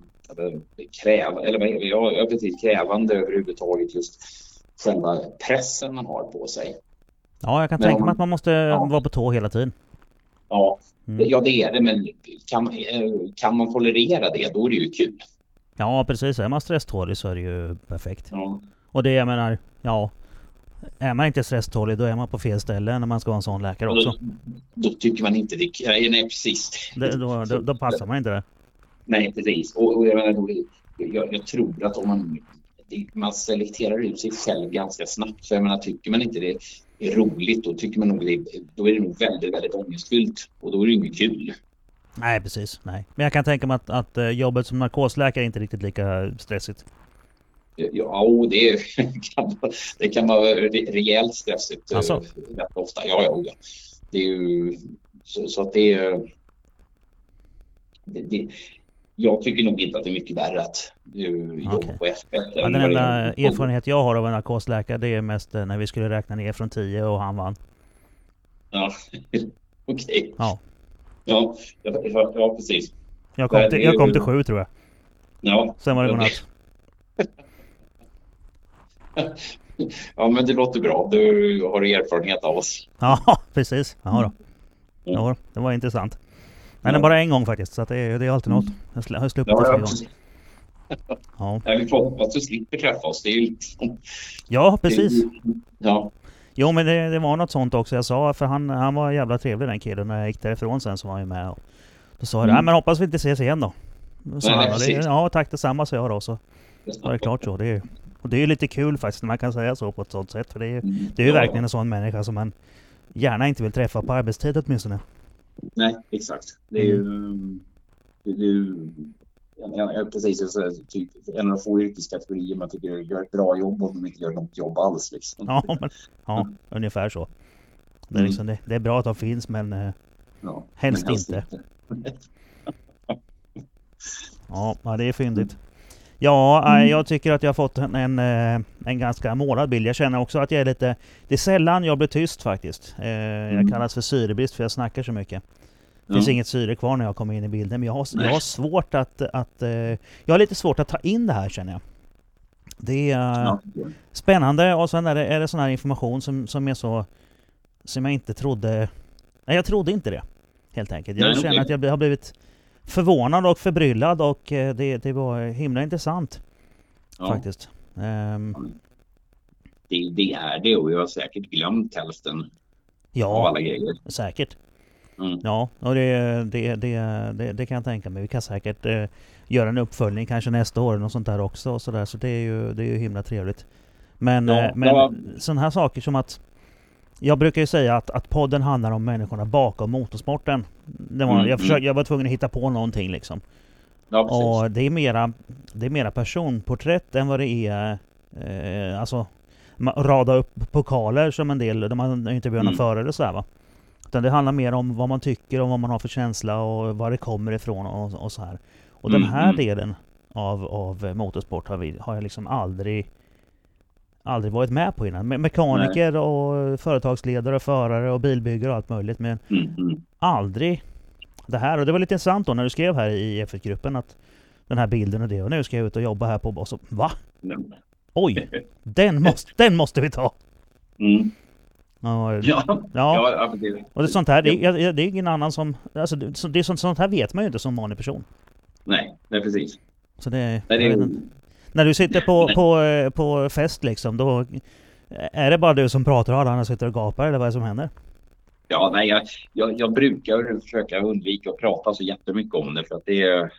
S1: kräv, eller ja, ja, precis, krävande överhuvudtaget just själva pressen man har på sig.
S2: Ja, jag kan men tänka mig man, att man måste ja. vara på tå hela tiden.
S1: Ja, mm. ja, det är det, men kan, kan man tolerera det, då är det ju kul.
S2: Ja, precis. Är man stresstålig så är det ju perfekt.
S1: Ja.
S2: Och det jag menar, ja, är man inte stresstålig då är man på fel ställe när man ska ha en sån läkare också.
S1: Då, då tycker man inte det. Nej, nej precis.
S2: Det, då, då, då passar man inte det.
S1: Nej, precis. Och, och jag, menar, då, jag, jag tror att om man, man selekterar ut sig själv ganska snabbt. Så jag menar, tycker man inte det är roligt, då tycker man nog det, då är det nog väldigt, väldigt ångestfyllt. Och då är det inget kul.
S2: Nej, precis. Nej. Men jag kan tänka mig att, att jobbet som narkosläkare är inte riktigt lika stressigt.
S1: Ja, det kan, det kan vara rejält stressigt alltså. Rätt ofta. Ja, ja, ja. Det är ju så, så att det är det, det, jag tycker nog inte att det är mycket värre att jobba okay. på F ett.
S2: Ja, den enda erfarenhet jag har av en narkosläkare, det är mest när vi skulle räkna ner från tio och han vann.
S1: Ja, okej. Okay.
S2: Ja.
S1: Ja, ja, ja, precis.
S2: Jag kom, till, jag kom till sju tror jag.
S1: Ja.
S2: Sen var det godnatt.
S1: Ja, men det låter bra. Du har erfarenhet av oss.
S2: Ja, precis. Ja, då. Ja, det var intressant. Men ja. Det bara en gång faktiskt, så att det, är, det är alltid något. Jag har sluppit
S1: ja,
S2: det flera
S1: gånger.
S2: Ja.
S1: Jag vill hoppas att du slipper träffa oss. Det är ju liksom...
S2: Ja, precis.
S1: Ja.
S2: Jo, men det, det var något sånt också jag sa, för han, han var jävla trevlig den killen. När jag gick därifrån sen så var han ju med. Och då sa jag, mm. nej men hoppas vi inte ses igen då. då
S1: nej,
S2: han,
S1: nej,
S2: det, ja, tack detsamma så jag då. Så var det klart så. Det är, och det är ju lite kul faktiskt när man kan säga så på ett sånt sätt. För det är, mm. det är ju ja. verkligen en sån människa som man gärna inte vill träffa på arbetstid åtminstone.
S1: Nej, exakt. Det är ju... Det är ju jag, jag, precis så, typ, en av de få yrkeskategorier man tycker gör ett bra jobb och man inte gör något jobb alls. Liksom.
S2: Ja, men, ja mm. ungefär så. Det är, liksom, det, det är bra att de finns, men eh, ja, helst, men helst inte. inte. ja, ja, det är fyndigt. Ja, mm. jag tycker att jag har fått en, en, en ganska målad bild. Jag känner också att jag är lite... Det är sällan jag blir tyst faktiskt. Eh, jag mm. kallas för syrebrist för jag snackar så mycket. Det finns mm. inget syre kvar när jag kommer in i bilden. Men jag har, jag har svårt att... att eh, jag har lite svårt att ta in det här, känner jag. Det är uh, spännande. Och sen är det, är det sån här information som, som är så... Som jag inte trodde... Nej, jag trodde inte det. Helt enkelt. Jag Nej, känner okay. att jag har blivit... förvånad och förbryllad och det, det var himla intressant ja. faktiskt. Um,
S1: det, det är det och jag har säkert glömt hälften
S2: ja,
S1: av alla grejer.
S2: Säkert. Mm. Ja, och det, det, det, det, det kan jag tänka mig. Vi kan säkert eh, göra en uppföljning kanske nästa år och sånt där också. Och så där. Så det är ju, det är ju himla trevligt. Men, ja, eh, men ja. sådana här saker som att jag brukar ju säga att, att podden handlar om människorna bakom motorsporten. Det var, mm, jag, försöker, jag var tvungen att hitta på någonting liksom. Ja, och det är mera, det är mera personporträtt än vad det är eh, alltså rada upp pokaler som en del, där man inte behöver mm. före eller så här, va. Utan det handlar mer om vad man tycker och vad man har för känsla och var det kommer ifrån och, och så här. Och mm, den här mm. delen av, av motorsport har, vi, har jag liksom aldrig aldrig varit med på innan. Me- mekaniker Nej. och företagsledare och förare och bilbyggare och allt möjligt, men mm, mm. aldrig det här. Och det var lite intressant då när du skrev här i F ett-gruppen att den här bilden och det, och nu ska jag ut och jobba här på, och så, va? Mm. Oj, den måste, den måste vi ta. Mm. Och, ja, ja. ja det, och det är sånt här, det, det, det är ingen annan som, alltså det, det är sånt, sånt här vet man ju inte som vanlig person.
S1: Nej, nej precis.
S2: Så det, nej, det är, när du sitter på, på, på fest liksom, då är det bara du som pratar och alla andra sitter och gapar, eller vad är det som händer?
S1: Ja, nej, jag, jag, jag brukar försöka undvika att prata så jättemycket om det, för att det är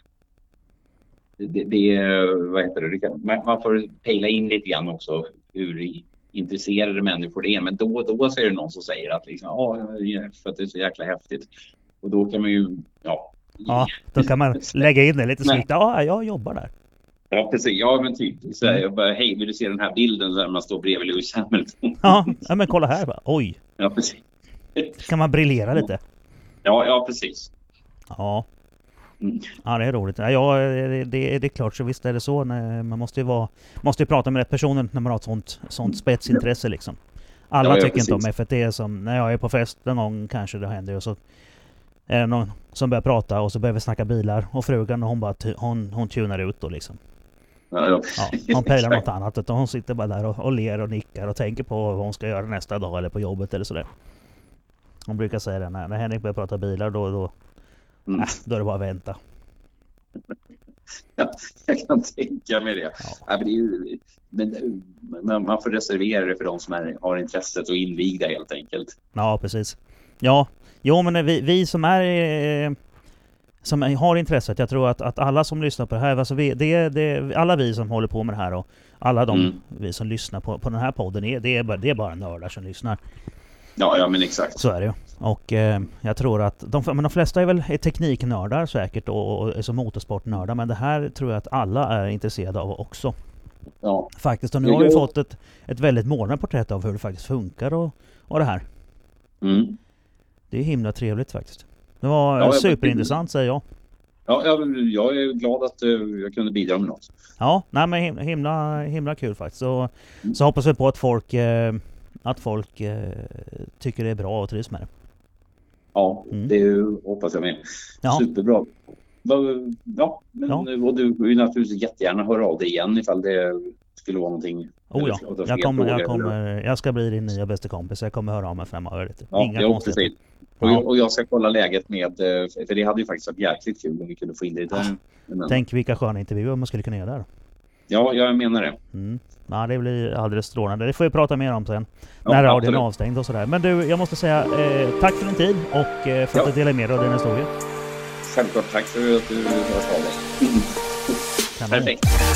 S1: det, det är, vad heter det, det kan, man, man får pejla in lite grann också hur intresserade människor det är, men då och då så är det någon som säger att liksom, ja, för att det är så jäkla häftigt, och då kan man ju, ja.
S2: Ja, då kan man lägga in det lite snyggt, ja, jag jobbar där.
S1: Ja, precis. Ja, men typ. Så här, jag bara, hej, vill du se den här bilden där man står bredvid Lewis Hamilton?
S2: Ja, ja men kolla här. Bara. Oj.
S1: Ja, precis.
S2: Kan man briljera lite?
S1: Ja, ja precis.
S2: Ja. Mm. Ja, det är roligt. Ja, det, det, det är klart, så visst är det så. Man måste ju, vara, måste ju prata med rätt personer när man har ett sånt, sånt spetsintresse liksom. Alla ja, ja, tycker precis. Inte om F ett. Är som när jag är på fest någon gång kanske det händer, och så är det någon som börjar prata och så börjar vi snacka bilar, och frugan, och hon bara t- hon, hon tunar ut då liksom. Ja, ja. Ja, hon pejlar något annat, utan hon sitter bara där och, och ler och nickar och tänker på vad hon ska göra nästa dag eller på jobbet eller sådär. Hon brukar säga det, när, när Henrik börjar prata bilar, då, då, mm. äh, då är det bara att vänta.
S1: Ja, jag kan tänka mig det. Ja. Ja, men, det är ju, men, men man får reservera det för de som är, har intresset och invigda helt enkelt.
S2: Ja, precis. Ja, jo, men vi, vi som är eh, som har intresset, jag tror att, att alla som lyssnar på det här, alltså vi, det, det, alla vi som håller på med det här och alla de mm. vi som lyssnar på, på den här podden, är, det, är bara, det är bara nördar som lyssnar.
S1: Ja, ja, men exakt.
S2: Så är det ju. Och eh, jag tror att de, men de flesta är väl är tekniknördar säkert och, och är som motorsportnördar, men det här tror jag att alla är intresserade av också. Ja. Faktiskt, och nu har vi fått ett, ett väldigt målande porträtt av hur det faktiskt funkar och, och det här. Mm. Det är himla trevligt faktiskt. Det var ja, superintressant, säger jag.
S1: Ja, jag, jag är glad att uh, jag kunde bidra med något.
S2: Ja, nej, men himla, himla kul faktiskt. Så, mm. så hoppas vi på att folk, eh, att folk eh, tycker det är bra och trivs med det.
S1: Ja, mm. det hoppas jag med. Ja. Superbra. Ja, men, ja. Och du vill naturligtvis jättegärna höra av dig igen ifall det skulle vara någonting.
S2: Oh ja, jag, kommer, jag, kommer, jag ska bli din nya bästa kompis. Jag kommer höra av mig framöver.
S1: Ja, Inga konstigheter. Och, ja. och jag ska kolla läget med, för det hade ju faktiskt varit jäkligt kul om vi kunde få in det där.
S2: Ja. Tänk vilka sköna intervjuer man skulle kunna göra där.
S1: Ja, jag menar det.
S2: Mm. Ja, det blir alldeles strålande. Det får vi prata mer om sen. Ja, när radion är avstängd och sådär. Men du, jag måste säga eh, tack för din tid och eh, för ja. att du delar med dig av din historia.
S1: Självklart, tack för att du hörde av dig. Perfekt.